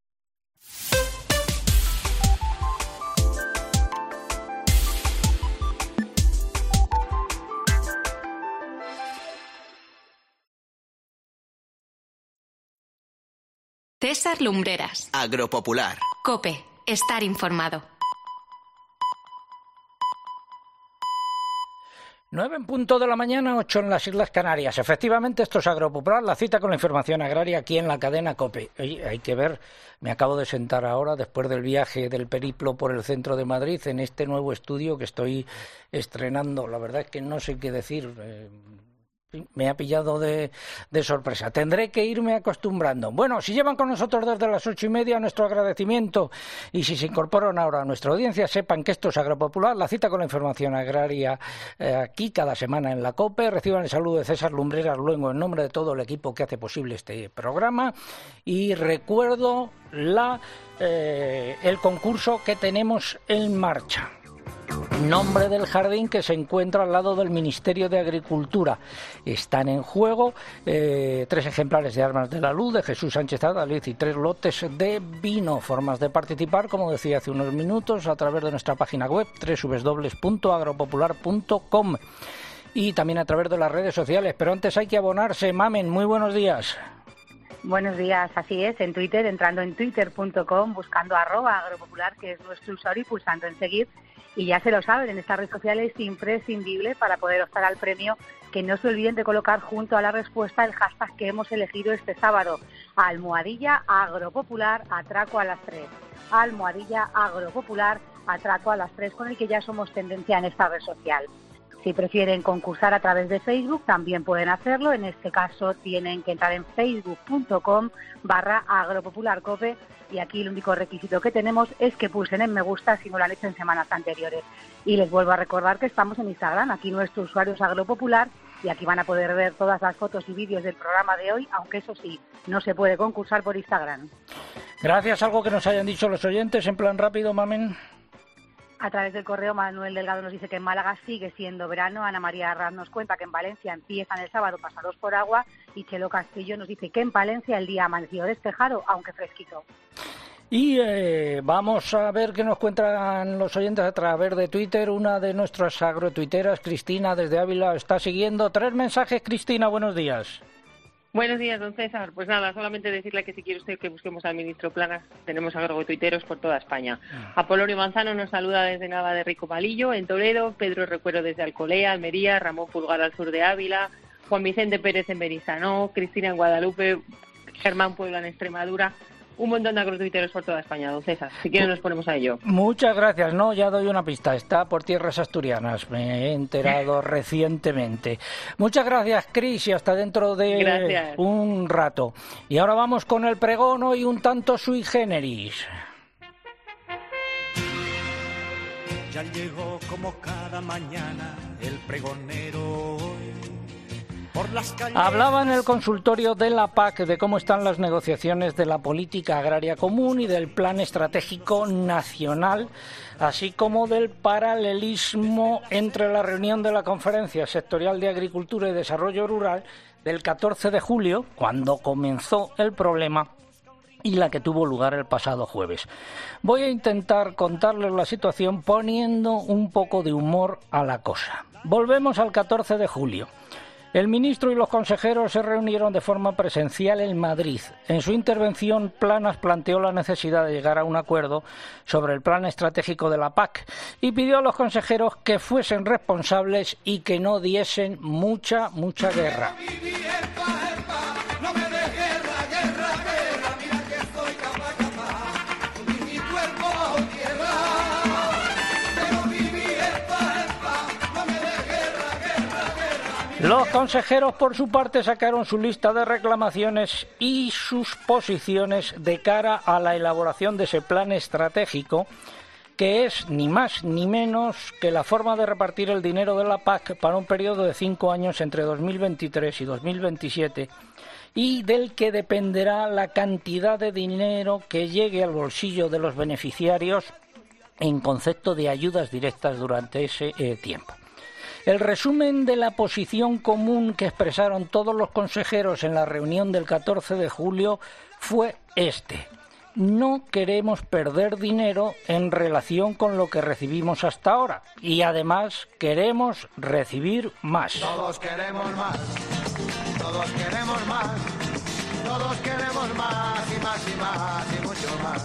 César Lumbreras. Agropopular. COPE. Estar informado. Nueve en punto de la mañana, ocho en las Islas Canarias. Efectivamente, esto es Agropopular, la cita con la información agraria aquí en la cadena COPE. Oye, hay que ver, me acabo de sentar ahora, después del viaje del periplo por el centro de Madrid, en este nuevo estudio que estoy estrenando. La verdad es que no sé qué decir. Eh, Me ha pillado de, de sorpresa. Tendré que irme acostumbrando. Bueno, si llevan con nosotros desde las ocho y media, nuestro agradecimiento. Y si se incorporan ahora a nuestra audiencia, sepan que esto es Agropopular, la cita con la información agraria eh, aquí cada semana en la COPE. Reciban el saludo de César Lumbreras luego en nombre de todo el equipo que hace posible este programa. Y recuerdo la eh, el concurso que tenemos en marcha. Nombre del jardín que se encuentra al lado del Ministerio de Agricultura. Están en juego eh, tres ejemplares de Armas de la Luz de Jesús Sánchez Adalid y tres lotes de vino. Formas de participar, como decía hace unos minutos, a través de nuestra página web doble u doble u doble u punto agropopular punto com y también a través de las redes sociales. Pero antes hay que abonarse. Mamen, muy buenos días. Buenos días, así es, en Twitter, entrando en twitter punto com, buscando arroba agropopular, que es nuestro usuario, y pulsando en seguir. Y ya se lo saben, en esta red social es imprescindible para poder optar al premio que no se olviden de colocar junto a la respuesta el hashtag que hemos elegido este sábado, almohadilla agropopular atraco a las tres. Almohadilla agropopular atraco a las tres, con el que ya somos tendencia en esta red social. Si prefieren concursar a través de Facebook, también pueden hacerlo. En este caso tienen que entrar en facebook punto com barra agropopularcope, y aquí el único requisito que tenemos es que pulsen en me gusta si no lo han hecho en semanas anteriores. Y les vuelvo a recordar que estamos en Instagram, aquí nuestro usuario es Agropopular, y aquí van a poder ver todas las fotos y vídeos del programa de hoy, aunque eso sí, no se puede concursar por Instagram. Gracias. ¿Algo que nos hayan dicho los oyentes en plan rápido, Mamen? A través del correo, Manuel Delgado nos dice que en Málaga sigue siendo verano. Ana María Arraz nos cuenta que en Valencia empiezan el sábado pasados por agua. Y Chelo Castillo nos dice que en Palencia el día amaneció despejado, aunque fresquito. Y eh, vamos a ver qué nos cuentan los oyentes a través de Twitter. Una de nuestras agrotuiteras, Cristina, desde Ávila, está siguiendo. Tres mensajes, Cristina, buenos días. Buenos días, don César. Pues nada, solamente decirle que si quiere usted que busquemos al ministro Planas, tenemos agrotuiteros por toda España. Apolorio Manzano nos saluda desde Nava de Rico Palillo, en Toledo, Pedro Recuero desde Alcolea, Almería, Ramón Pulgar al sur de Ávila, Juan Vicente Pérez en Berizanó, Cristina en Guadalupe, Germán Puebla en Extremadura. Un montón de agrotuiteros por toda España, don César. Si quieren nos ponemos a ello. Muchas gracias. No, ya doy una pista. Está por tierras asturianas. Me he enterado recientemente. Muchas gracias, Cris, y hasta dentro de gracias. un rato. Y ahora vamos con el pregón, hoy un tanto sui generis. Ya llegó como cada mañana el pregonero hoy. Hablaba en el consultorio de la P A C de cómo están las negociaciones de la política agraria común y del plan estratégico nacional, así como del paralelismo entre la reunión de la Conferencia Sectorial de Agricultura y Desarrollo Rural del catorce de julio, cuando comenzó el problema, y la que tuvo lugar el pasado jueves. Voy a intentar contarles la situación poniendo un poco de humor a la cosa. Volvemos al catorce de julio. El ministro y los consejeros se reunieron de forma presencial en Madrid. En su intervención, Planas planteó la necesidad de llegar a un acuerdo sobre el plan estratégico de la P A C y pidió a los consejeros que fuesen responsables y que no diesen mucha, mucha guerra. Los consejeros, por su parte, sacaron su lista de reclamaciones y sus posiciones de cara a la elaboración de ese plan estratégico, que es ni más ni menos que la forma de repartir el dinero de la P A C para un periodo de cinco años entre dos mil veintitrés y dos mil veintisiete, y del que dependerá la cantidad de dinero que llegue al bolsillo de los beneficiarios en concepto de ayudas directas durante ese eh, tiempo. El resumen de la posición común que expresaron todos los consejeros en la reunión del catorce de julio fue este: no queremos perder dinero en relación con lo que recibimos hasta ahora y además queremos recibir más. Todos queremos más, todos queremos más, todos queremos más y más y más y mucho más.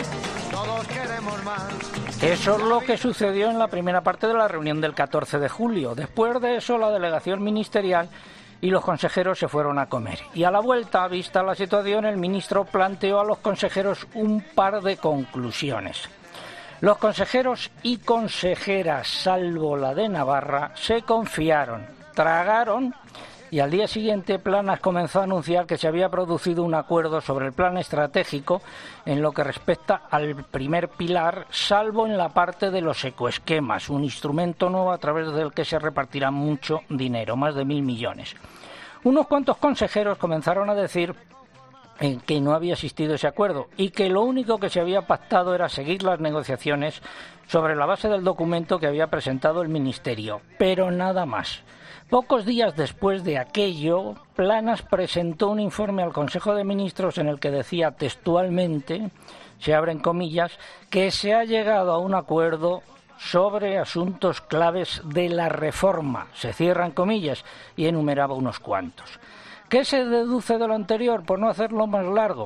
Todos queremos más. Eso es lo que sucedió en la primera parte de la reunión del catorce de julio. Después de eso, la delegación ministerial y los consejeros se fueron a comer. Y a la vuelta, vista la situación, el ministro planteó a los consejeros un par de conclusiones. Los consejeros y consejeras, salvo la de Navarra, se confiaron, tragaron, y al día siguiente Planas comenzó a anunciar que se había producido un acuerdo sobre el plan estratégico en lo que respecta al primer pilar, salvo en la parte de los ecoesquemas, un instrumento nuevo a través del que se repartirá mucho dinero, más de mil millones. Unos cuantos consejeros comenzaron a decir eh, que no había existido ese acuerdo y que lo único que se había pactado era seguir las negociaciones sobre la base del documento que había presentado el Ministerio, pero nada más. Pocos días después de aquello, Planas presentó un informe al Consejo de Ministros en el que decía textualmente, se abren comillas, que se ha llegado a un acuerdo sobre asuntos claves de la reforma, se cierran comillas, y enumeraba unos cuantos. ¿Qué se deduce de lo anterior, por no hacerlo más largo?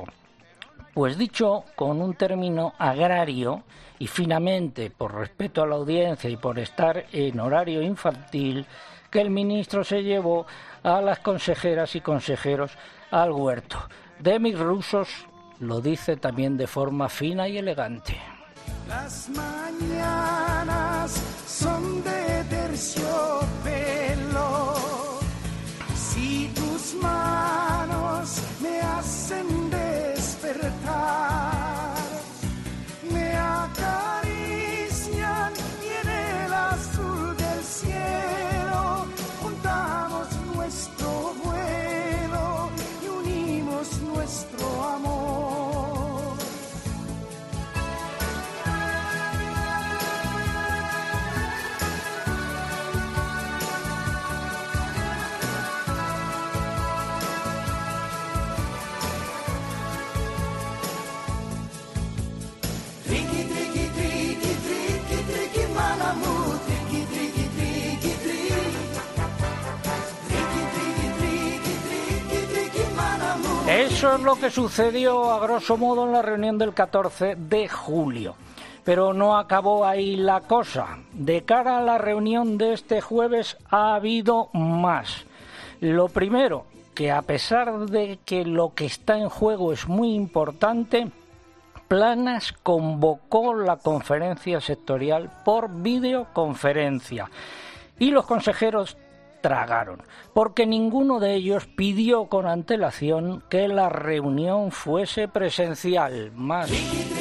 Pues dicho con un término agrario, y finamente, por respeto a la audiencia y por estar en horario infantil, que el ministro se llevó a las consejeras y consejeros al huerto. Demis Roussos lo dice también de forma fina y elegante. Las mañanas son de terciopelo. Si tus manos me hacen despertar, me acarician y en el azul del cielo juntamos nuestro vuelo y unimos nuestro amor. Triqui, triqui, triqui, triqui, triqui, malamu, triqui, triqui, triqui, triqui. Eso es lo que sucedió a grosso modo en la reunión del catorce de julio. Pero no acabó ahí la cosa. De cara a la reunión de este jueves ha habido más. Lo primero, que a pesar de que lo que está en juego es muy importante, Planas convocó la conferencia sectorial por videoconferencia y los consejeros tragaron, porque ninguno de ellos pidió con antelación que la reunión fuese presencial. Más.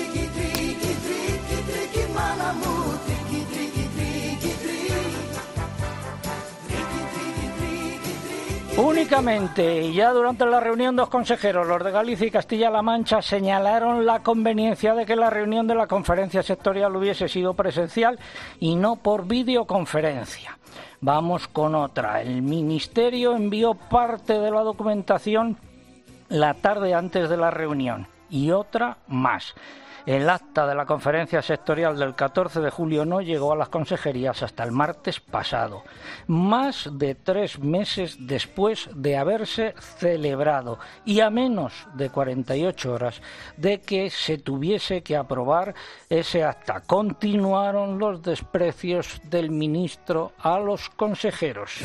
Únicamente, y ya durante la reunión, dos consejeros, los de Galicia y Castilla-La Mancha, señalaron la conveniencia de que la reunión de la conferencia sectorial hubiese sido presencial y no por videoconferencia. Vamos con otra. El Ministerio envió parte de la documentación la tarde antes de la reunión y otra más. El acta de la conferencia sectorial del catorce de julio no llegó a las consejerías hasta el martes pasado, más de tres meses después de haberse celebrado y a menos de cuarenta y ocho horas de que se tuviese que aprobar ese acta. Continuaron los desprecios del ministro a los consejeros.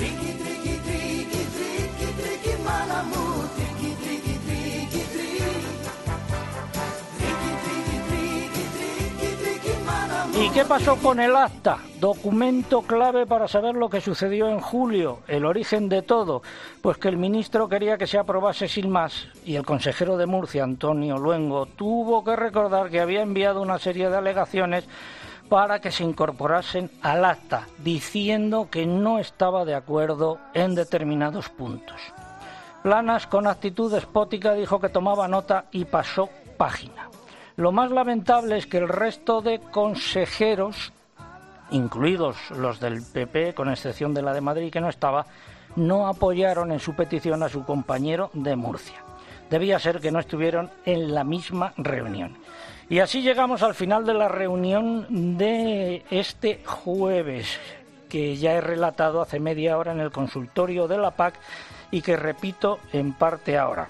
Y qué pasó con el acta? Documento clave para saber lo que sucedió en julio, el origen de todo. Pues que el ministro quería que se aprobase sin más y el consejero de Murcia, Antonio Luengo, tuvo que recordar que había enviado una serie de alegaciones para que se incorporasen al acta, diciendo que no estaba de acuerdo en determinados puntos. Planas, con actitud despótica, dijo que tomaba nota y pasó página. Lo más lamentable es que el resto de consejeros, incluidos los del P P, con excepción de la de Madrid que no estaba, no apoyaron en su petición a su compañero de Murcia. Debía ser que no estuvieron en la misma reunión. Y así llegamos al final de la reunión de este jueves, que ya he relatado hace media hora en el consultorio de la P A C y que repito en parte ahora.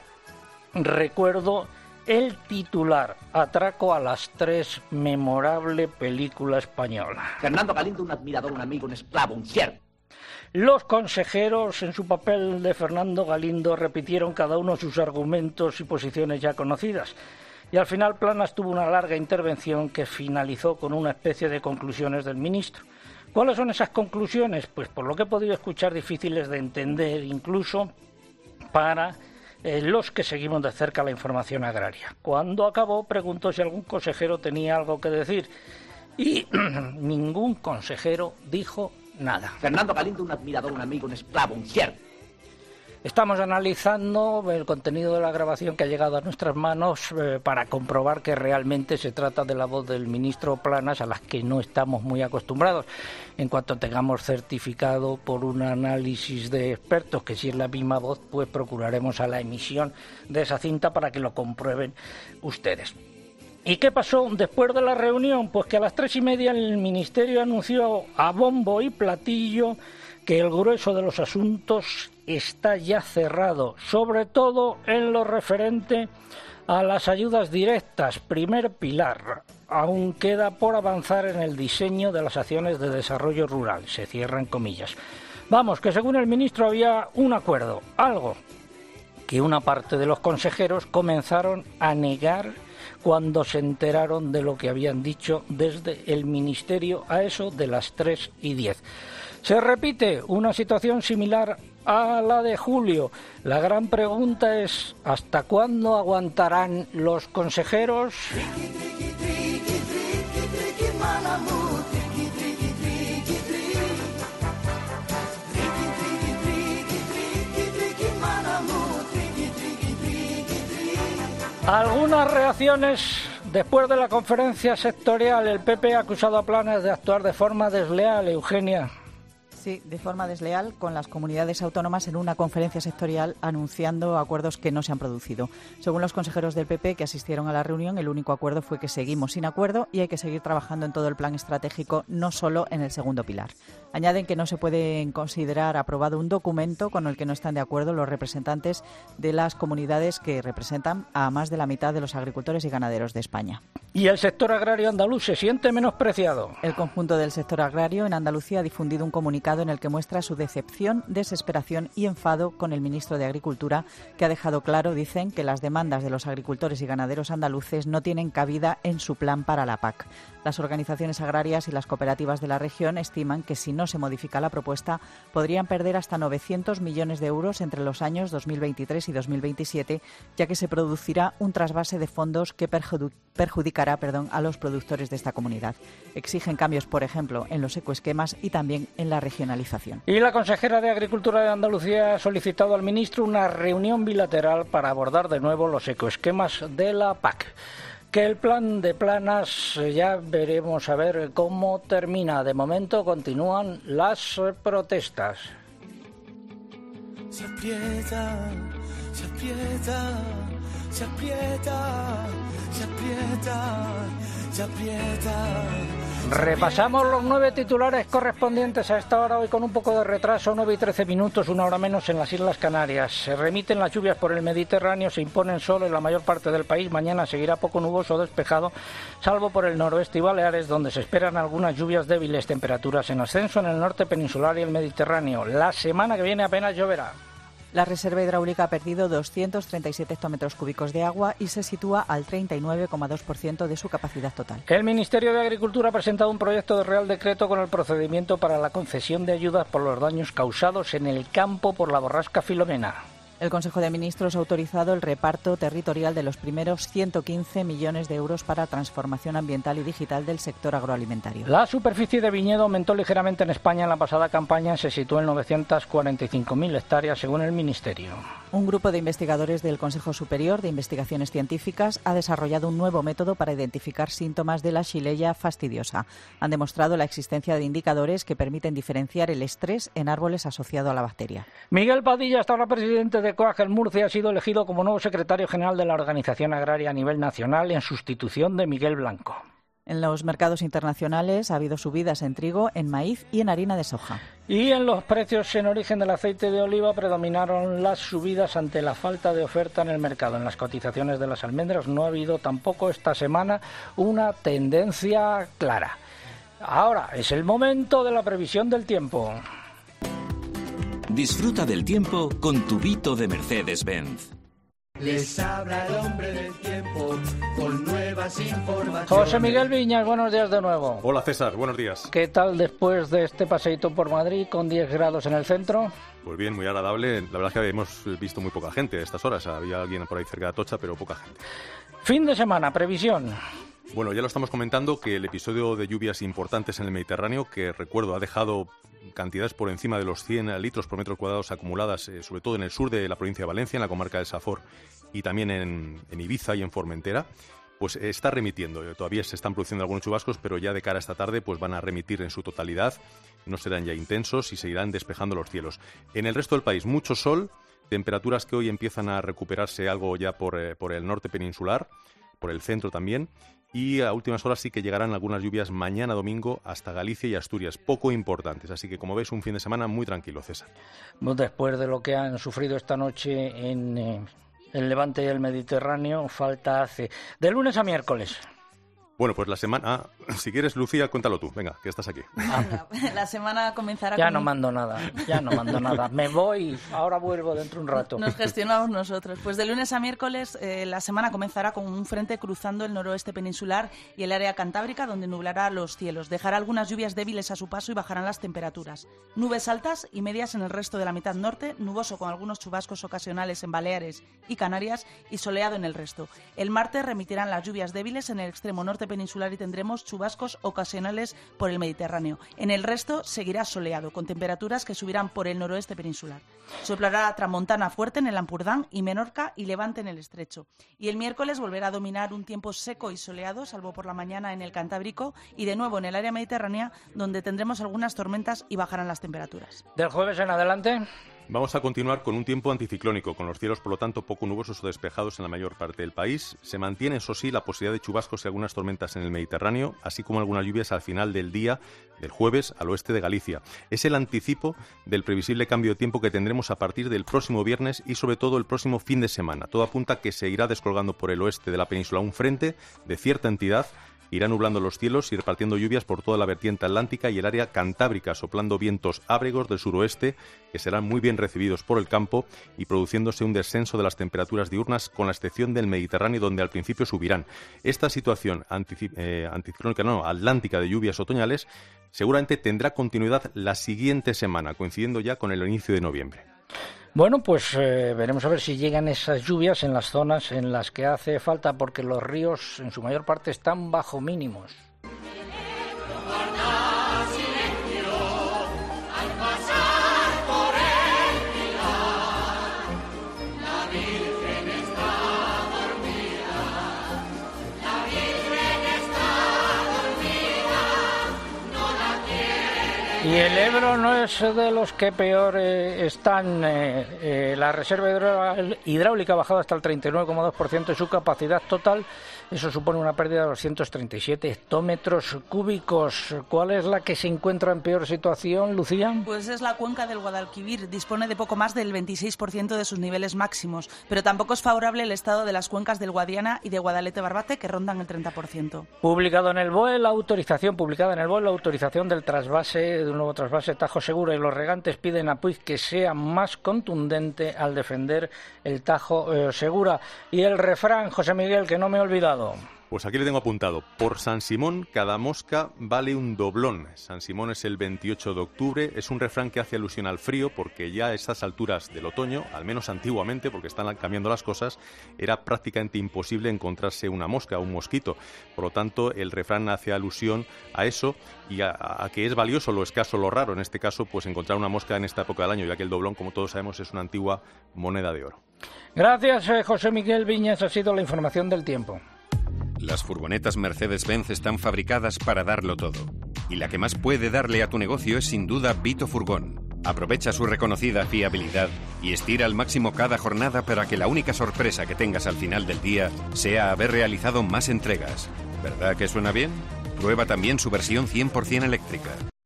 Recuerdo el titular: atraco a las tres, memorable película española. Fernando Galindo, un admirador, un amigo, un esclavo, un siervo. Los consejeros, en su papel de Fernando Galindo, repitieron cada uno sus argumentos y posiciones ya conocidas. Y al final Planas tuvo una larga intervención que finalizó con una especie de conclusiones del ministro. ¿Cuáles son esas conclusiones? Pues por lo que he podido escuchar, difíciles de entender incluso para Eh, los que seguimos de cerca la información agraria. Cuando acabó, preguntó si algún consejero tenía algo que decir y ningún consejero dijo nada. Fernando Galindo, un admirador, un amigo, un esclavo, un siervo. Estamos analizando el contenido de la grabación que ha llegado a nuestras manos eh, para comprobar que realmente se trata de la voz del ministro Planas, a las que no estamos muy acostumbrados. En cuanto tengamos certificado por un análisis de expertos que si es la misma voz, pues procuraremos a la emisión de esa cinta para que lo comprueben ustedes. ¿Y qué pasó después de la reunión? Pues que a las tres y media el ministerio anunció a bombo y platillo que el grueso de los asuntos está ya cerrado, sobre todo en lo referente a las ayudas directas, primer pilar. Aún queda por avanzar en el diseño de las acciones de desarrollo rural, se cierran comillas. Vamos, que según el ministro había un acuerdo, algo que una parte de los consejeros comenzaron a negar cuando se enteraron de lo que habían dicho desde el ministerio a eso de las tres y diez. Se repite una situación similar a la de julio. La gran pregunta es: ¿hasta cuándo aguantarán los consejeros? Algunas reacciones después de la conferencia sectorial. El P P ha acusado a Planas de actuar de forma desleal. Eugenia. Sí, de forma desleal con las comunidades autónomas en una conferencia sectorial anunciando acuerdos que no se han producido. Según los consejeros del P P que asistieron a la reunión, el único acuerdo fue que seguimos sin acuerdo y hay que seguir trabajando en todo el plan estratégico, no solo en el segundo pilar. Añaden que no se puede considerar aprobado un documento con el que no están de acuerdo los representantes de las comunidades que representan a más de la mitad de los agricultores y ganaderos de España. ¿Y el sector agrario andaluz se siente menospreciado? El conjunto del sector agrario en Andalucía ha difundido un comunicado en el que muestra su decepción, desesperación y enfado con el ministro de Agricultura, que ha dejado claro, dicen, que las demandas de los agricultores y ganaderos andaluces no tienen cabida en su plan para la P A C. Las organizaciones agrarias y las cooperativas de la región estiman que si no se modifica la propuesta podrían perder hasta novecientos millones de euros entre los años dos mil veintitrés y dos mil veintisiete, ya que se producirá un trasvase de fondos que perjudicará perdón, a los productores de esta comunidad. Exigen cambios, por ejemplo, en los ecoesquemas y también en la regionalización. Y la consejera de Agricultura de Andalucía ha solicitado al ministro una reunión bilateral para abordar de nuevo los ecoesquemas de la P A C. Que el plan de Planas, ya veremos a ver cómo termina. De momento continúan las protestas. Se aprieta, se aprieta, se aprieta, se aprieta, se aprieta. Repasamos los nueve titulares correspondientes a esta hora, hoy con un poco de retraso, nueve y trece minutos, una hora menos en las Islas Canarias. Se remiten las lluvias por el Mediterráneo, se imponen sol en la mayor parte del país. Mañana seguirá poco nuboso o despejado, salvo por el noroeste y Baleares, donde se esperan algunas lluvias débiles. Temperaturas en ascenso en el norte peninsular y el Mediterráneo. La semana que viene apenas lloverá. La reserva hidráulica ha perdido doscientos treinta y siete hectómetros cúbicos de agua y se sitúa al treinta y nueve coma dos por ciento de su capacidad total. El Ministerio de Agricultura ha presentado un proyecto de Real Decreto con el procedimiento para la concesión de ayudas por los daños causados en el campo por la borrasca Filomena. El Consejo de Ministros ha autorizado el reparto territorial de los primeros ciento quince millones de euros para transformación ambiental y digital del sector agroalimentario. La superficie de viñedo aumentó ligeramente en España en la pasada campaña, se situó en novecientas cuarenta y cinco mil hectáreas según el Ministerio. Un grupo de investigadores del Consejo Superior de Investigaciones Científicas ha desarrollado un nuevo método para identificar síntomas de la Xylella fastidiosa. Han demostrado la existencia de indicadores que permiten diferenciar el estrés en árboles asociado a la bacteria. Miguel Padilla, hasta ahora presidente de Coag Murcia, ha sido elegido como nuevo secretario general de la Organización Agraria a nivel nacional en sustitución de Miguel Blanco. En los mercados internacionales ha habido subidas en trigo, en maíz y en harina de soja. Y en los precios en origen del aceite de oliva predominaron las subidas ante la falta de oferta en el mercado. En las cotizaciones de las almendras no ha habido tampoco esta semana una tendencia clara. Ahora es el momento de la previsión del tiempo. Disfruta del tiempo con tu Vito de Mercedes-Benz. Les habla el hombre del tiempo con nuevas informaciones. José Miguel Viñas, buenos días de nuevo. Hola César, buenos días. ¿Qué tal después de este paseíto por Madrid con diez grados en el centro? Pues bien, muy agradable. La verdad es que hemos visto muy poca gente a estas horas. Había alguien por ahí cerca de Atocha, pero poca gente. Fin de semana, previsión. Bueno, ya lo estamos comentando, que el episodio de lluvias importantes en el Mediterráneo, que recuerdo ha dejado cantidades por encima de los cien litros por metro cuadrado acumuladas, eh, sobre todo en el sur de la provincia de Valencia, en la comarca del Safor, y también en, en Ibiza y en Formentera, pues eh, está remitiendo. Eh, todavía se están produciendo algunos chubascos, pero ya de cara a esta tarde pues van a remitir en su totalidad, no serán ya intensos y se irán despejando los cielos. En el resto del país, mucho sol, temperaturas que hoy empiezan a recuperarse algo ya por, eh, por el norte peninsular, por el centro también, y a últimas horas sí que llegarán algunas lluvias mañana domingo hasta Galicia y Asturias, poco importantes. Así que, como ves, un fin de semana muy tranquilo, César. Después de lo que han sufrido esta noche en eh, el Levante y el Mediterráneo, falta hace de lunes a miércoles. Bueno, pues la semana... Ah, si quieres, Lucía, cuéntalo tú. Venga, que estás aquí. Ah. La semana comenzará Ya con... no mando nada, ya no mando nada. Me voy, ahora vuelvo dentro de un rato. Nos gestionamos nosotros. Pues de lunes a miércoles eh, la semana comenzará con un frente cruzando el noroeste peninsular y el área cantábrica, donde nublará los cielos. Dejará algunas lluvias débiles a su paso y bajarán las temperaturas. Nubes altas y medias en el resto de la mitad norte, nuboso con algunos chubascos ocasionales en Baleares y Canarias y soleado en el resto. El martes remitirán las lluvias débiles en el extremo norte peninsular y tendremos chubascos ocasionales por el Mediterráneo. En el resto seguirá soleado, con temperaturas que subirán por el noroeste peninsular. Soplará tramontana fuerte en el Ampurdán y Menorca y levante en el estrecho. Y el miércoles volverá a dominar un tiempo seco y soleado, salvo por la mañana en el Cantábrico y de nuevo en el área mediterránea, donde tendremos algunas tormentas y bajarán las temperaturas. Del jueves en adelante... Vamos a continuar con un tiempo anticiclónico, con los cielos, por lo tanto, poco nubosos o despejados en la mayor parte del país. Se mantiene, eso sí, la posibilidad de chubascos y algunas tormentas en el Mediterráneo, así como algunas lluvias al final del día, del jueves, al oeste de Galicia. Es el anticipo del previsible cambio de tiempo que tendremos a partir del próximo viernes y, sobre todo, el próximo fin de semana. Todo apunta a que se irá descolgando por el oeste de la península un frente de cierta entidad. Irá nublando los cielos y repartiendo lluvias por toda la vertiente atlántica y el área cantábrica, soplando vientos ábregos del suroeste que serán muy bien recibidos por el campo y produciéndose un descenso de las temperaturas diurnas, con la excepción del Mediterráneo, donde al principio subirán. Esta situación anticip- eh, anticiclónica, no, atlántica de lluvias otoñales seguramente tendrá continuidad la siguiente semana, coincidiendo ya con el inicio de noviembre. Bueno, pues eh, veremos a ver si llegan esas lluvias en las zonas en las que hace falta, porque los ríos en su mayor parte están bajo mínimos. Y el Ebro no es de los que peor eh, están. Eh, eh, la reserva hidráulica ha bajado hasta el treinta y nueve coma dos por ciento de su capacidad total. Eso supone una pérdida de doscientos treinta y siete hectómetros cúbicos. ¿Cuál es la que se encuentra en peor situación, Lucía? Pues es la cuenca del Guadalquivir. Dispone de poco más del veintiséis por ciento de sus niveles máximos. Pero tampoco es favorable el estado de las cuencas del Guadiana y de Guadalete-Barbate, que rondan el treinta por ciento. Publicado en el B O E la autorización, publicada en el B O E la autorización del trasvase de un nuevo trasvase Tajo Segura y los regantes piden a Puig que sea más contundente al defender el Tajo eh, Segura. Y el refrán, José Miguel, que no me he olvidado. Pues aquí le tengo apuntado. Por San Simón, cada mosca vale un doblón. San Simón es el veintiocho de octubre. Es un refrán que hace alusión al frío porque ya a estas alturas del otoño, al menos antiguamente, porque están cambiando las cosas, era prácticamente imposible encontrarse una mosca o un mosquito. Por lo tanto, el refrán hace alusión a eso y a, a que es valioso lo escaso, lo raro. En este caso, pues encontrar una mosca en esta época del año, ya que el doblón, como todos sabemos, es una antigua moneda de oro. Gracias, eh, José Miguel Viñas. Ha sido la información del tiempo. Las furgonetas Mercedes-Benz están fabricadas para darlo todo. Y la que más puede darle a tu negocio es sin duda Vito Furgón. Aprovecha su reconocida fiabilidad y estira al máximo cada jornada para que la única sorpresa que tengas al final del día sea haber realizado más entregas. ¿Verdad que suena bien? Prueba también su versión cien por ciento eléctrica.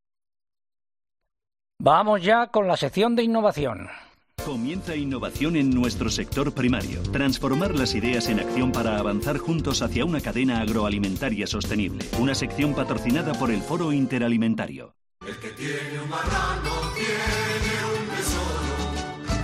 Vamos ya con la sección de innovación. Comienza innovación en nuestro sector primario. Transformar las ideas en acción para avanzar juntos hacia una cadena agroalimentaria sostenible. Una sección patrocinada por el Foro Interalimentario. El que tiene un marrano tiene un tesoro.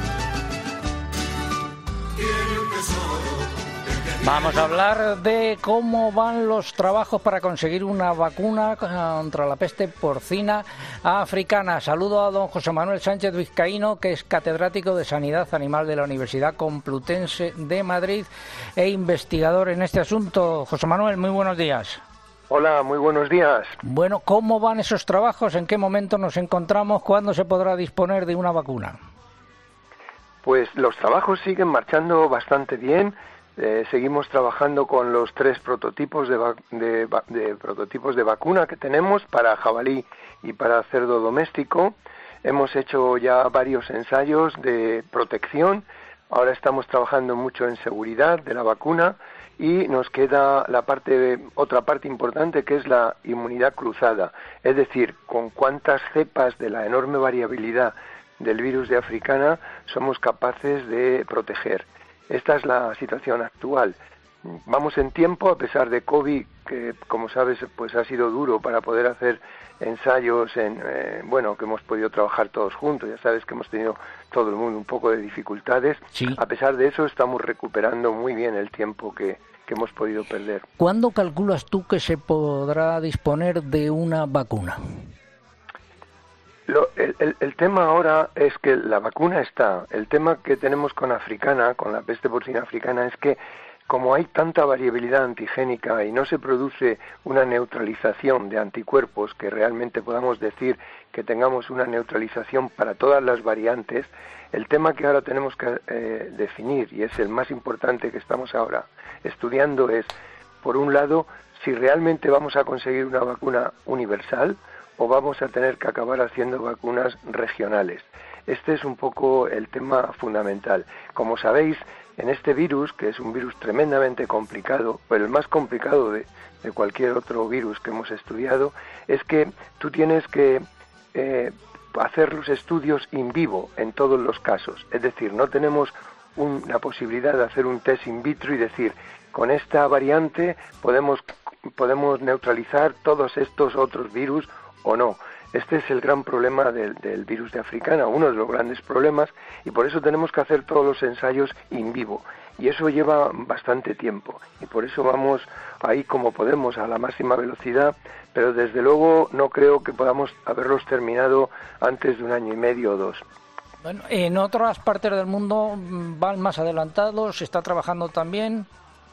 Tiene un tesoro. Vamos a hablar de cómo van los trabajos para conseguir una vacuna contra la peste porcina africana. Saludo a don José Manuel Sánchez Vizcaíno, que es catedrático de Sanidad Animal de la Universidad Complutense de Madrid e investigador en este asunto. José Manuel, muy buenos días. Hola, muy buenos días. Bueno, ¿cómo van esos trabajos? ¿En qué momento nos encontramos? ¿Cuándo se podrá disponer de una vacuna? Pues los trabajos siguen marchando bastante bien. Eh, seguimos trabajando con los tres prototipos de, va- de, va- de prototipos de vacuna que tenemos para jabalí y para cerdo doméstico. Hemos hecho ya varios ensayos de protección. Ahora estamos trabajando mucho en seguridad de la vacuna y nos queda la parte otra parte importante, que es la inmunidad cruzada, es decir, con cuántas cepas de la enorme variabilidad del virus de africana somos capaces de proteger. Esta es la situación actual. Vamos en tiempo, a pesar de COVID, que como sabes pues ha sido duro para poder hacer ensayos en eh, bueno, que hemos podido trabajar todos juntos. Ya sabes que hemos tenido todo el mundo un poco de dificultades. Sí. A pesar de eso estamos recuperando muy bien el tiempo que, que hemos podido perder. ¿Cuándo calculas tú que se podrá disponer de una vacuna? Lo, el, el, el tema ahora es que la vacuna está. El tema que tenemos con africana, con la peste porcina africana, es que como hay tanta variabilidad antigénica y no se produce una neutralización de anticuerpos, que realmente podamos decir que tengamos una neutralización para todas las variantes, el tema que ahora tenemos que eh, definir, y es el más importante que estamos ahora estudiando, es, por un lado, si realmente vamos a conseguir una vacuna universal o vamos a tener que acabar haciendo vacunas regionales. Este es un poco el tema fundamental. Como sabéis, en este virus, que es un virus tremendamente complicado, pero el más complicado de, de cualquier otro virus que hemos estudiado, es que tú tienes que eh, hacer los estudios in vivo en todos los casos. Es decir, no tenemos un, la posibilidad de hacer un test in vitro y decir, con esta variante podemos, podemos neutralizar todos estos otros virus o no. Este es el gran problema del, del virus de africana, uno de los grandes problemas, y por eso tenemos que hacer todos los ensayos in vivo, y eso lleva bastante tiempo, y por eso vamos ahí como podemos, a la máxima velocidad, pero desde luego no creo que podamos haberlos terminado antes de un año y medio o dos. Bueno, en otras partes del mundo van más adelantados, se está trabajando también.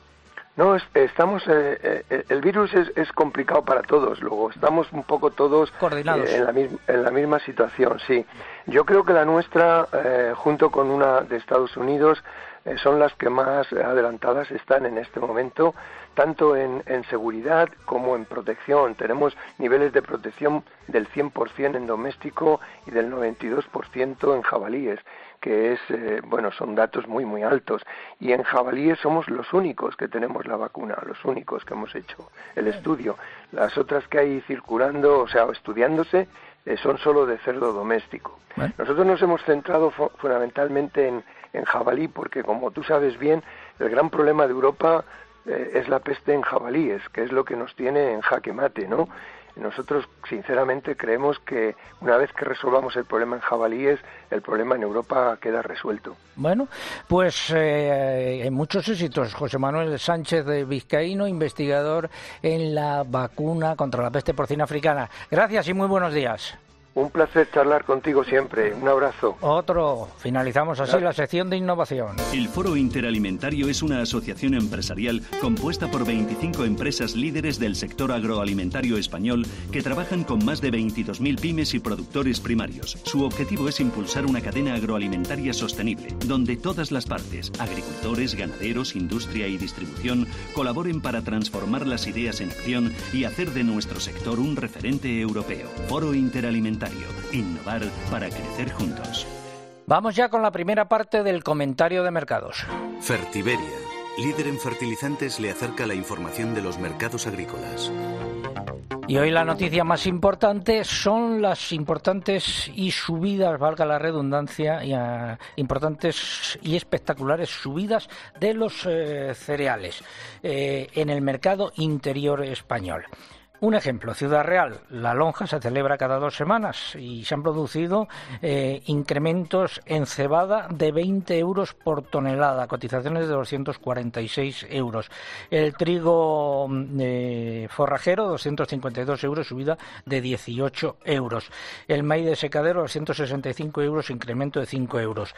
No, es, estamos. Eh, eh, el virus es, es complicado para todos. Luego estamos un poco todos coordinados eh, en, la mis, en la misma situación. Sí, yo creo que la nuestra, eh, junto con una de Estados Unidos, eh, son las que más adelantadas están en este momento, tanto en, en seguridad como en protección. Tenemos niveles de protección del cien por ciento en doméstico y del noventa y dos por ciento en jabalíes, que es, eh, bueno, son datos muy, muy altos. Y en jabalíes somos los únicos que tenemos la vacuna, los únicos que hemos hecho el estudio. Las otras que hay circulando, o sea, estudiándose, eh, son solo de cerdo doméstico. ¿Eh? Nosotros nos hemos centrado fu- fundamentalmente en, en jabalí, porque como tú sabes bien, el gran problema de Europa eh, es la peste en jabalíes, que es lo que nos tiene en jaque mate, ¿no? nosotros sinceramente creemos que una vez que resolvamos el problema en jabalíes, el problema en Europa queda resuelto. Bueno, pues eh, en muchos éxitos, José Manuel Sánchez de Vizcaíno, investigador en la vacuna contra la peste porcina africana. Gracias y muy buenos días. Un placer charlar contigo siempre. Un abrazo. Otro. Finalizamos así la sección de innovación. El Foro Interalimentario es una asociación empresarial compuesta por veinticinco empresas líderes del sector agroalimentario español que trabajan con más de veintidós mil pymes y productores primarios. Su objetivo es impulsar una cadena agroalimentaria sostenible, donde todas las partes, agricultores, ganaderos, industria y distribución, colaboren para transformar las ideas en acción y hacer de nuestro sector un referente europeo. Foro Interalimentario. Innovar para crecer juntos. Vamos ya con la primera parte del comentario de mercados. Fertiberia, líder en fertilizantes, le acerca la información de los mercados agrícolas. Y hoy la noticia más importante son las importantes y subidas, valga la redundancia, y, uh, importantes y espectaculares subidas de los eh, cereales eh, en el mercado interior español. Un ejemplo, Ciudad Real, la lonja se celebra cada dos semanas y se han producido eh, incrementos en cebada de veinte euros por tonelada, cotizaciones de doscientos cuarenta y seis euros. El trigo eh, forrajero, doscientos cincuenta y dos euros, subida de dieciocho euros. El maíz de secadero, doscientos sesenta y cinco euros, incremento de cinco euros.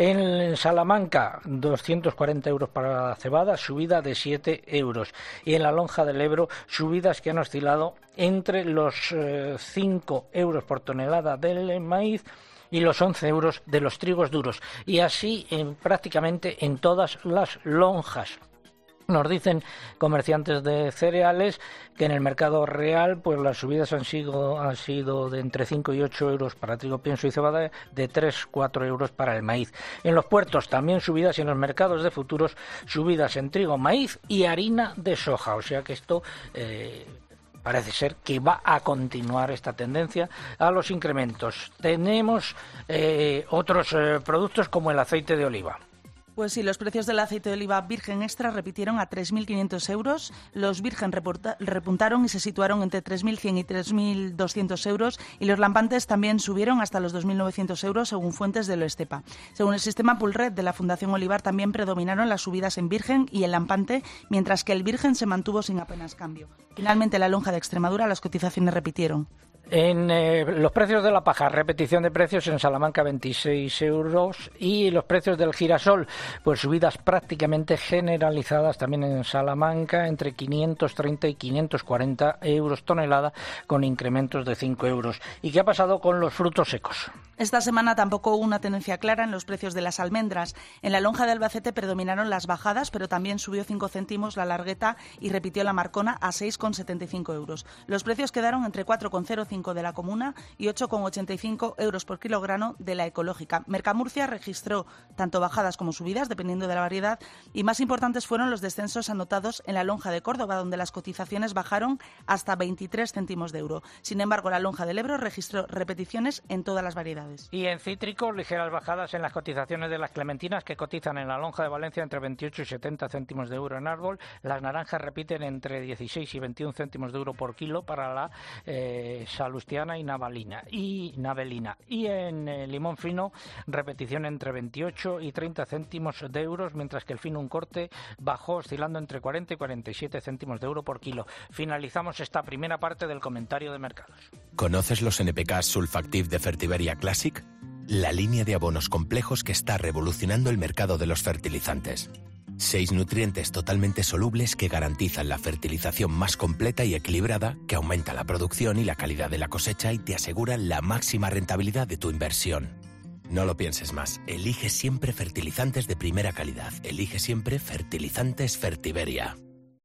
En Salamanca, doscientos cuarenta euros para la cebada, subida de siete euros. Y en la lonja del Ebro, subidas que han oscilado entre los eh, cinco euros por tonelada del maíz y los once euros de los trigos duros. Y así en, prácticamente en todas las lonjas. Nos dicen comerciantes de cereales que en el mercado real pues las subidas han sido, han sido de entre cinco y ocho euros para trigo, pienso y cebada, de tres a cuatro euros para el maíz. En los puertos también subidas y en los mercados de futuros subidas en trigo, maíz y harina de soja. O sea que esto... Eh, Parece ser que va a continuar esta tendencia a los incrementos. Tenemos eh, otros eh, productos como el aceite de oliva. Pues sí, los precios del aceite de oliva virgen extra repitieron a tres mil quinientos euros. Los virgen reporta, repuntaron y se situaron entre tres mil cien y tres mil doscientos euros. Y los lampantes también subieron hasta los dos mil novecientos euros, según fuentes de Loestepa. Según el sistema Pulred de la Fundación Olivar, también predominaron las subidas en virgen y el lampante, mientras que el virgen se mantuvo sin apenas cambio. Finalmente, la lonja de Extremadura, las cotizaciones repitieron. En eh, los precios de la paja, repetición de precios en Salamanca veintiséis euros y los precios del girasol, pues subidas prácticamente generalizadas también en Salamanca entre quinientos treinta y quinientos cuarenta euros tonelada con incrementos de cinco euros. ¿Y qué ha pasado con los frutos secos? Esta semana tampoco hubo una tendencia clara en los precios de las almendras. En la lonja de Albacete predominaron las bajadas, pero también subió cinco céntimos la largueta y repitió la marcona a seis con setenta y cinco euros. Los precios quedaron entre cuatro con cero cinco de la comuna y ocho con ochenta y cinco euros por kilogramo de la ecológica. Mercamurcia registró tanto bajadas como subidas, dependiendo de la variedad, y más importantes fueron los descensos anotados en la lonja de Córdoba, donde las cotizaciones bajaron hasta veintitrés céntimos de euro. Sin embargo, la lonja del Ebro registró repeticiones en todas las variedades. Y en cítricos, ligeras bajadas en las cotizaciones de las clementinas, que cotizan en la lonja de Valencia entre veintiocho y setenta céntimos de euro en árbol. Las naranjas repiten entre dieciséis y veintiún céntimos de euro por kilo para la eh, salustiana y navalina y navelina. Y en eh, limón fino, repetición entre veintiocho y treinta céntimos de euros, mientras que el fino un corte bajó oscilando entre cuarenta y cuarenta y siete céntimos de euro por kilo. Finalizamos esta primera parte del comentario de mercados. ¿Conoces los N P K Sulfactive de Fertiberia Classic? La línea de abonos complejos que está revolucionando el mercado de los fertilizantes. Seis nutrientes totalmente solubles que garantizan la fertilización más completa y equilibrada, que aumenta la producción y la calidad de la cosecha y te aseguran la máxima rentabilidad de tu inversión. No lo pienses más. Elige siempre fertilizantes de primera calidad. Elige siempre Fertilizantes Fertiberia.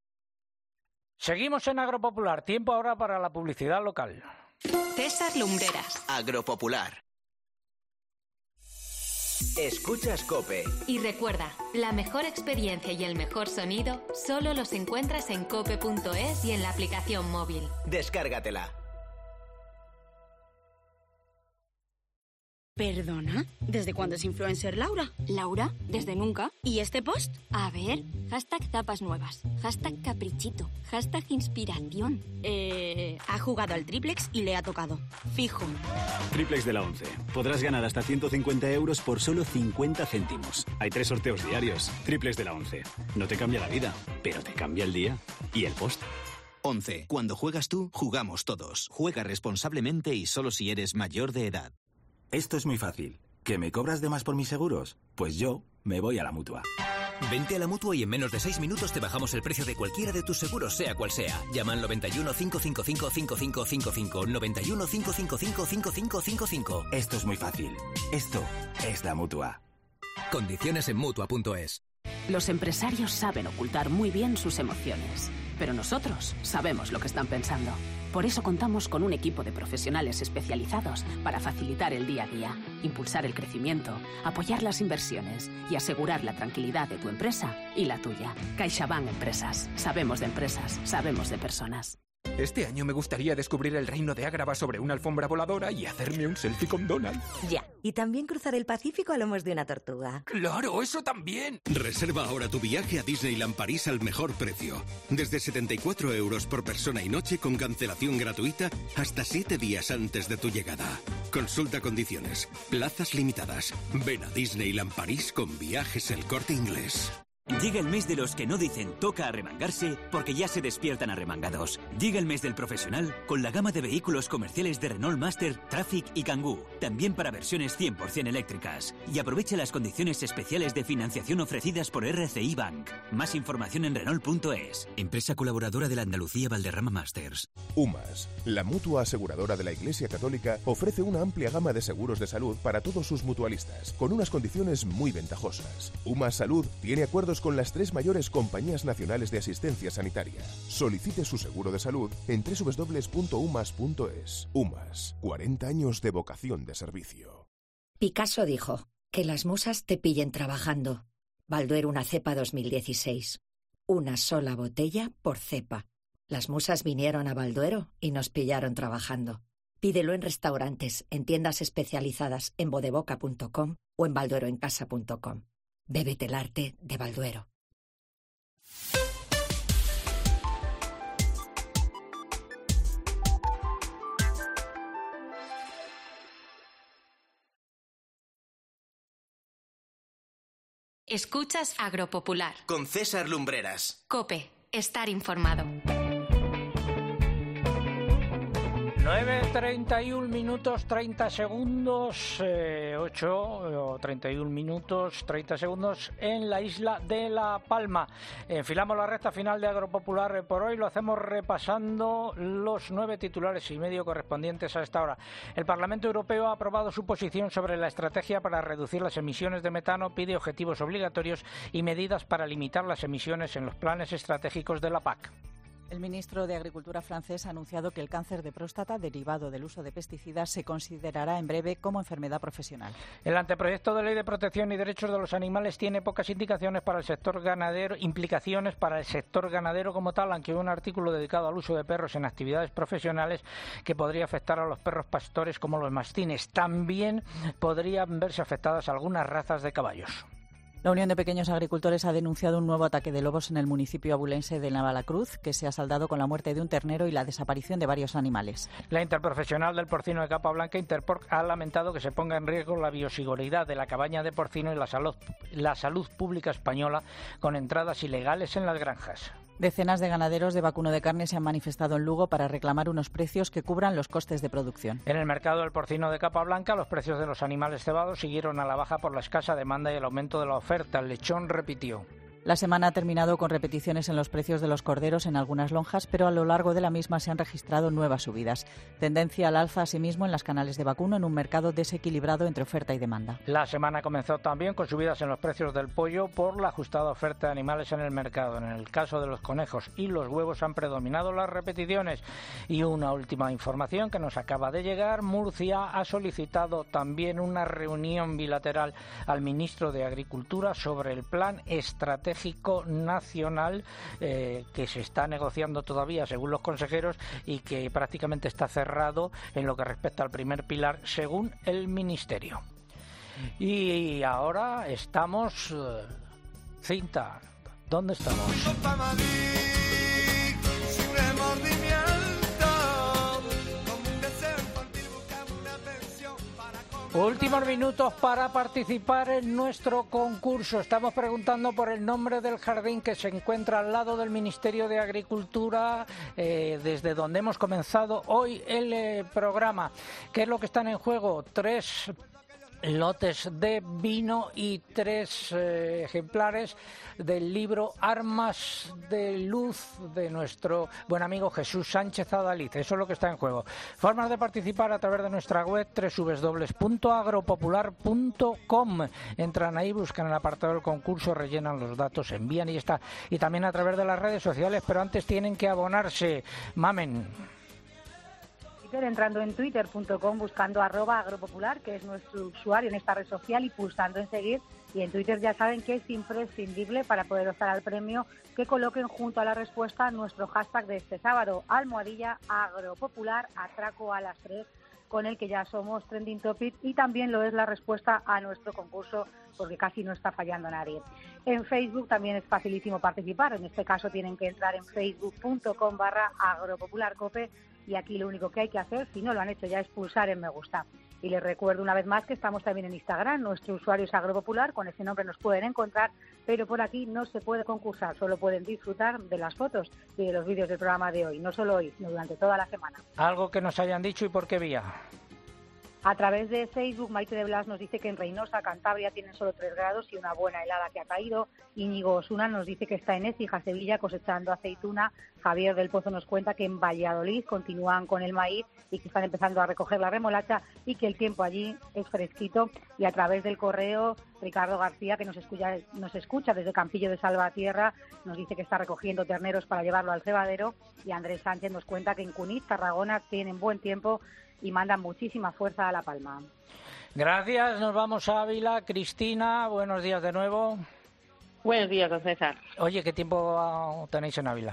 Seguimos en Agropopular. Tiempo ahora para la publicidad local. César Lumbreras. Agropopular. Escuchas COPE. Y recuerda, la mejor experiencia y el mejor sonido solo los encuentras en cope punto es y en la aplicación móvil. Descárgatela. ¿Perdona? ¿Desde cuándo es influencer Laura? Laura, desde nunca. ¿Y este post? A ver, hashtag tapas nuevas, hashtag caprichito, hashtag inspiración. Eh, ha jugado al triplex y le ha tocado. Fijo. Triplex de la once. Podrás ganar hasta ciento cincuenta euros por solo cincuenta céntimos. Hay tres sorteos diarios. Triplex de la once. No te cambia la vida, pero te cambia el día y el post. once. Cuando juegas tú, jugamos todos. Juega responsablemente y solo si eres mayor de edad. Esto es muy fácil. ¿Que me cobras de más por mis seguros? Pues yo me voy a la Mutua. Vente a la Mutua y en menos de seis minutos te bajamos el precio de cualquiera de tus seguros, sea cual sea. Llama al noventa y uno, cinco cinco cinco, cinco cinco cinco cinco, noventa y uno, cinco cinco cinco, cinco cinco cinco cinco. Esto es muy fácil. Esto es la Mutua. Condiciones en Mutua punto es. Los empresarios saben ocultar muy bien sus emociones, pero nosotros sabemos lo que están pensando. Por eso contamos con un equipo de profesionales especializados para facilitar el día a día, impulsar el crecimiento, apoyar las inversiones y asegurar la tranquilidad de tu empresa y la tuya. CaixaBank Empresas. Sabemos de empresas, sabemos de personas. Este año me gustaría descubrir el reino de Ágrava sobre una alfombra voladora y hacerme un selfie con Donald. Ya, y también cruzar el Pacífico a lomos de una tortuga. ¡Claro, eso también! Reserva ahora tu viaje a Disneyland París al mejor precio. Desde setenta y cuatro euros por persona y noche con cancelación gratuita hasta siete días antes de tu llegada. Consulta condiciones. Plazas limitadas. Ven a Disneyland París con Viajes El Corte Inglés. Llega el mes de los que no dicen toca arremangarse porque ya se despiertan arremangados. Llega el mes del profesional con la gama de vehículos comerciales de Renault Master, Traffic y Kangoo. También para versiones cien por ciento eléctricas. Y aprovecha las condiciones especiales de financiación ofrecidas por R C I Bank. Más información en Renault punto es. Empresa colaboradora de la Andalucía Valderrama Masters. UMAS, la mutua aseguradora de la Iglesia Católica, ofrece una amplia gama de seguros de salud para todos sus mutualistas, con unas condiciones muy ventajosas. UMAS Salud tiene acuerdos con las tres mayores compañías nacionales de asistencia sanitaria. Solicite su seguro de salud en doble u doble u doble u punto umas punto es. UMAS, cuarenta años de vocación de servicio. Picasso dijo, que las musas te pillen trabajando. Balduero una cepa dos mil dieciséis. Una sola botella por cepa. Las musas vinieron a Balduero y nos pillaron trabajando. Pídelo en restaurantes, en tiendas especializadas en bodeboca punto com o en baldueroencasa punto com. Bébete el arte de Balduero. Escuchas Agropopular. Con César Lumbreras. COPE. Estar informado. nueve treinta y uno minutos treinta segundos, eh, ocho o treinta y uno minutos treinta segundos en la isla de La Palma. Enfilamos la recta final de Agropopular por hoy. Lo hacemos repasando los nueve titulares y medio correspondientes a esta hora. El Parlamento Europeo ha aprobado su posición sobre la estrategia para reducir las emisiones de metano, pide objetivos obligatorios y medidas para limitar las emisiones en los planes estratégicos de la P A C. El ministro de Agricultura francés ha anunciado que el cáncer de próstata derivado del uso de pesticidas se considerará en breve como enfermedad profesional. El anteproyecto de ley de protección y derechos de los animales tiene pocas indicaciones para el sector ganadero, implicaciones para el sector ganadero como tal, aunque hay un artículo dedicado al uso de perros en actividades profesionales que podría afectar a los perros pastores como los mastines. También podrían verse afectadas algunas razas de caballos. La Unión de Pequeños Agricultores ha denunciado un nuevo ataque de lobos en el municipio abulense de Navalacruz, que se ha saldado con la muerte de un ternero y la desaparición de varios animales. La interprofesional del porcino de capa blanca, Interporc, ha lamentado que se ponga en riesgo la bioseguridad de la cabaña de porcino y la salud, la salud pública española con entradas ilegales en las granjas. Decenas de ganaderos de vacuno de carne se han manifestado en Lugo para reclamar unos precios que cubran los costes de producción. En el mercado del porcino de capa blanca, los precios de los animales cebados siguieron a la baja por la escasa demanda y el aumento de la oferta. El lechón repitió. La semana ha terminado con repeticiones en los precios de los corderos en algunas lonjas, pero a lo largo de la misma se han registrado nuevas subidas. Tendencia al alza asimismo en las canales de vacuno en un mercado desequilibrado entre oferta y demanda. La semana comenzó también con subidas en los precios del pollo por la ajustada oferta de animales en el mercado. En el caso de los conejos y los huevos han predominado las repeticiones. Y una última información que nos acaba de llegar. Murcia ha solicitado también una reunión bilateral al ministro de Agricultura sobre el plan estratégico estratégico nacional eh, que se está negociando todavía según los consejeros y que prácticamente está cerrado en lo que respecta al primer pilar según el Ministerio. Y ahora estamos... Eh, cinta, ¿dónde estamos? Últimos minutos para participar en nuestro concurso. Estamos preguntando por el nombre del jardín que se encuentra al lado del Ministerio de Agricultura, eh, desde donde hemos comenzado hoy el eh, programa. ¿Qué es lo que están en juego? Tres lotes de vino y tres eh, ejemplares del libro Armas de Luz de nuestro buen amigo Jesús Sánchez Adalid. Eso es lo que está en juego. Formas de participar a través de nuestra web doble u doble u doble u punto agropopular punto com. Entran ahí, buscan el apartado del concurso, rellenan los datos, envían y ya está. Y también a través de las redes sociales, pero antes tienen que abonarse. Mamen. Entrando en twitter punto com, buscando arroba agropopular, que es nuestro usuario en esta red social, y pulsando en seguir. Y en Twitter ya saben que es imprescindible para poder optar al premio que coloquen junto a la respuesta nuestro hashtag de este sábado, almohadilla agropopular, atraco a las tres, con el que ya somos trending topic, y también lo es la respuesta a nuestro concurso, porque casi no está fallando nadie. En Facebook también es facilísimo participar. En este caso tienen que entrar en facebook punto com barra agropopularcope, y aquí lo único que hay que hacer, si no lo han hecho ya, es pulsar en me gusta. Y les recuerdo una vez más que estamos también en Instagram, nuestro usuario es agropopular, con ese nombre nos pueden encontrar, pero por aquí no se puede concursar, solo pueden disfrutar de las fotos y de los vídeos del programa de hoy, no solo hoy, sino durante toda la semana. Algo que nos hayan dicho y por qué vía. A través de Facebook, Maite de Blas nos dice que en Reynosa, Cantabria, tienen solo tres grados y una buena helada que ha caído. Íñigo Osuna nos dice que está en Écija, Sevilla, cosechando aceituna. Javier del Pozo nos cuenta que en Valladolid continúan con el maíz y que están empezando a recoger la remolacha y que el tiempo allí es fresquito. Y a través del correo, Ricardo García, que nos escucha, nos escucha desde Campillo de Salvatierra, nos dice que está recogiendo terneros para llevarlo al cebadero. Y Andrés Sánchez nos cuenta que en Cunit, Tarragona, tienen buen tiempo y mandan muchísima fuerza a La Palma. Gracias, nos vamos a Ávila. Cristina, buenos días de nuevo. Buenos días, don César. Oye, ¿qué tiempo tenéis en Ávila?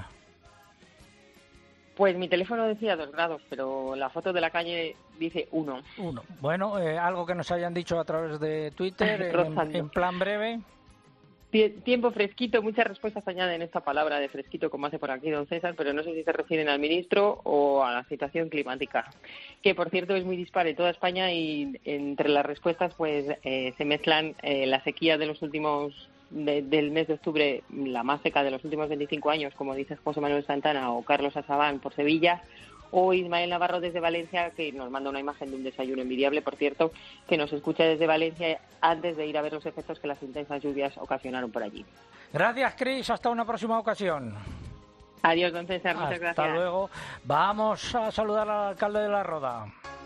Pues mi teléfono decía dos grados, pero la foto de la calle dice uno. Uno. Bueno, eh, algo que nos hayan dicho a través de Twitter, en, en plan breve. Tiempo fresquito, muchas respuestas añaden esta palabra de fresquito, como hace por aquí don César, pero no sé si se refieren al ministro o a la situación climática, que por cierto es muy dispar en toda España, y entre las respuestas pues eh, se mezclan eh, la sequía de los últimos de, del mes de octubre, la más seca de los últimos veinticinco años, como dice José Manuel Santana o Carlos Azabán por Sevilla, o Ismael Navarro desde Valencia, que nos manda una imagen de un desayuno envidiable, por cierto, que nos escucha desde Valencia antes de ir a ver los efectos que las intensas lluvias ocasionaron por allí. Gracias, Cris. Hasta una próxima ocasión. Adiós, don César. Muchas gracias. Hasta luego. Vamos a saludar al alcalde de La Roda.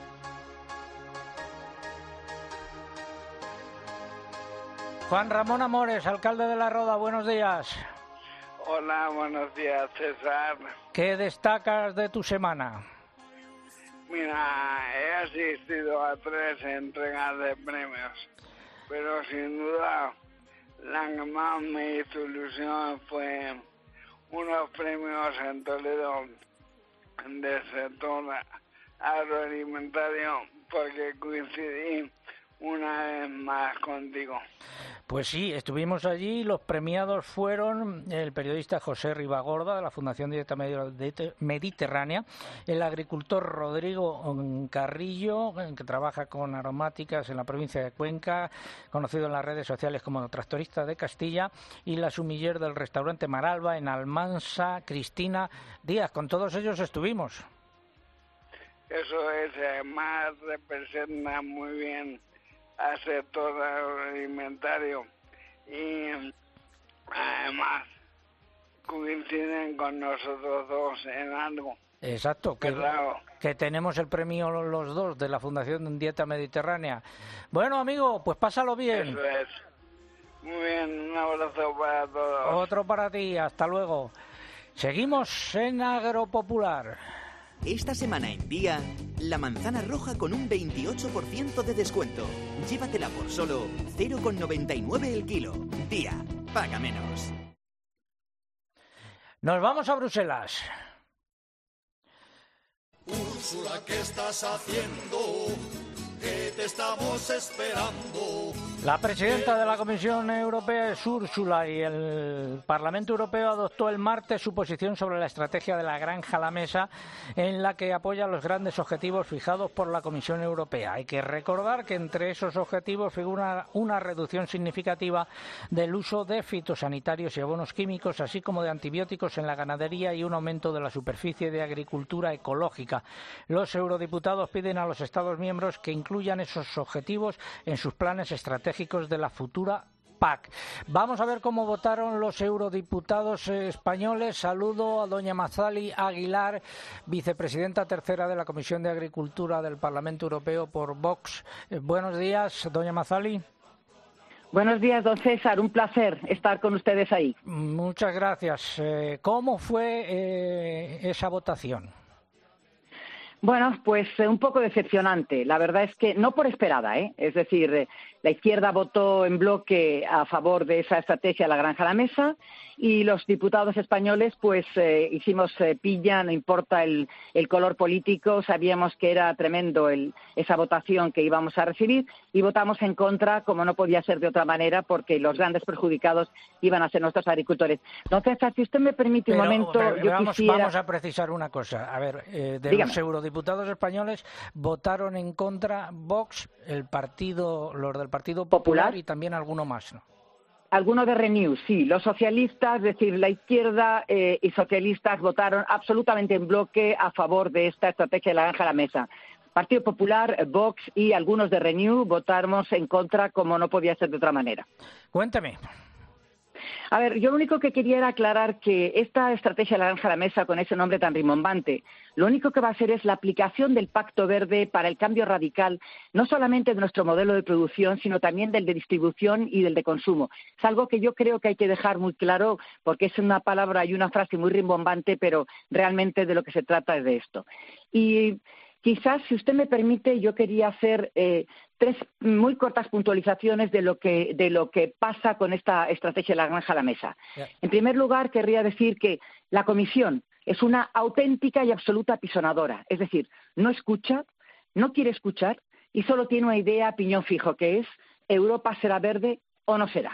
Juan Ramón Amores, alcalde de La Roda, buenos días. Hola, buenos días, César. ¿Qué destacas de tu semana? Mira, he asistido a tres entregas de premios, pero sin duda la que más me hizo ilusión fue unos premios en Toledo del sector agroalimentario, porque coincidí una vez más contigo. Pues sí, estuvimos allí. Los premiados fueron el periodista José Ribagorda, de la Fundación Dieta Mediterránea, el agricultor Rodrigo Carrillo, que trabaja con aromáticas en la provincia de Cuenca, conocido en las redes sociales como Tractorista de Castilla, y la sumiller del restaurante Maralba en Almansa, Cristina Díaz. Con todos ellos estuvimos. Eso es, además representa muy bien al sector agroalimentario y además coinciden con nosotros dos en algo. Exacto, que, que tenemos el premio los dos de la Fundación Dieta Mediterránea. Bueno, amigo, pues pásalo bien. Eso es. Muy bien, un abrazo para todos. Otro para ti, hasta luego. Seguimos en Agropopular. Esta semana en Día, la manzana roja con un veintiocho por ciento de descuento. Llévatela por solo cero coma noventa y nueve el kilo. Día, paga menos. Nos vamos a Bruselas. Úrsula, ¿qué estás haciendo? ¿Qué te estamos esperando? La presidenta de la Comisión Europea es Úrsula y el Parlamento Europeo adoptó el martes su posición sobre la estrategia de la granja a la mesa, en la que apoya los grandes objetivos fijados por la Comisión Europea. Hay que recordar que entre esos objetivos figura una reducción significativa del uso de fitosanitarios y abonos químicos, así como de antibióticos en la ganadería y un aumento de la superficie de agricultura ecológica. Los eurodiputados piden a los Estados miembros que incluyan esos objetivos en sus planes estratégicos de la futura P A C. Vamos a ver cómo votaron los eurodiputados españoles. Saludo a doña Mazali Aguilar, vicepresidenta tercera de la Comisión de Agricultura del Parlamento Europeo por Vox. Eh, buenos días, doña Mazali. Buenos días, don César. Un placer estar con ustedes ahí. Muchas gracias. Eh, ¿Cómo fue eh, esa votación? Bueno, pues eh, un poco decepcionante. La verdad es que no por esperada, ¿eh? Es decir, eh, la izquierda votó en bloque a favor de esa estrategia de la granja a la mesa y los diputados españoles pues eh, hicimos eh, pilla, no importa el, el color político, sabíamos que era tremendo el, esa votación que íbamos a recibir y votamos en contra, como no podía ser de otra manera, porque los grandes perjudicados iban a ser nuestros agricultores. Entonces, si usted me permite un pero, momento, pero, yo vamos, quisiera... vamos a precisar una cosa. A ver, eh, de Dígame. Los eurodiputados españoles votaron en contra Vox, el partido, los del Partido Popular, Popular y también alguno más, ¿no? Algunos de Renew, sí. Los socialistas, es decir, la izquierda eh, y socialistas votaron absolutamente en bloque a favor de esta estrategia de la granja a la mesa. Partido Popular, Vox y algunos de Renew votamos en contra, como no podía ser de otra manera. Cuéntame. A ver, yo lo único que quería era aclarar que esta estrategia de la granja a la mesa, con ese nombre tan rimbombante, lo único que va a hacer es la aplicación del Pacto Verde para el cambio radical, no solamente de nuestro modelo de producción, sino también del de distribución y del de consumo. Es algo que yo creo que hay que dejar muy claro, porque es una palabra y una frase muy rimbombante, pero realmente de lo que se trata es de esto. Y quizás, si usted me permite, yo quería hacer eh, tres muy cortas puntualizaciones de lo que de lo que pasa con esta estrategia de la granja a la mesa. Yeah. En primer lugar, querría decir que la Comisión es una auténtica y absoluta apisonadora. Es decir, no escucha, no quiere escuchar y solo tiene una idea a piñón fijo, que es Europa será verde o no será.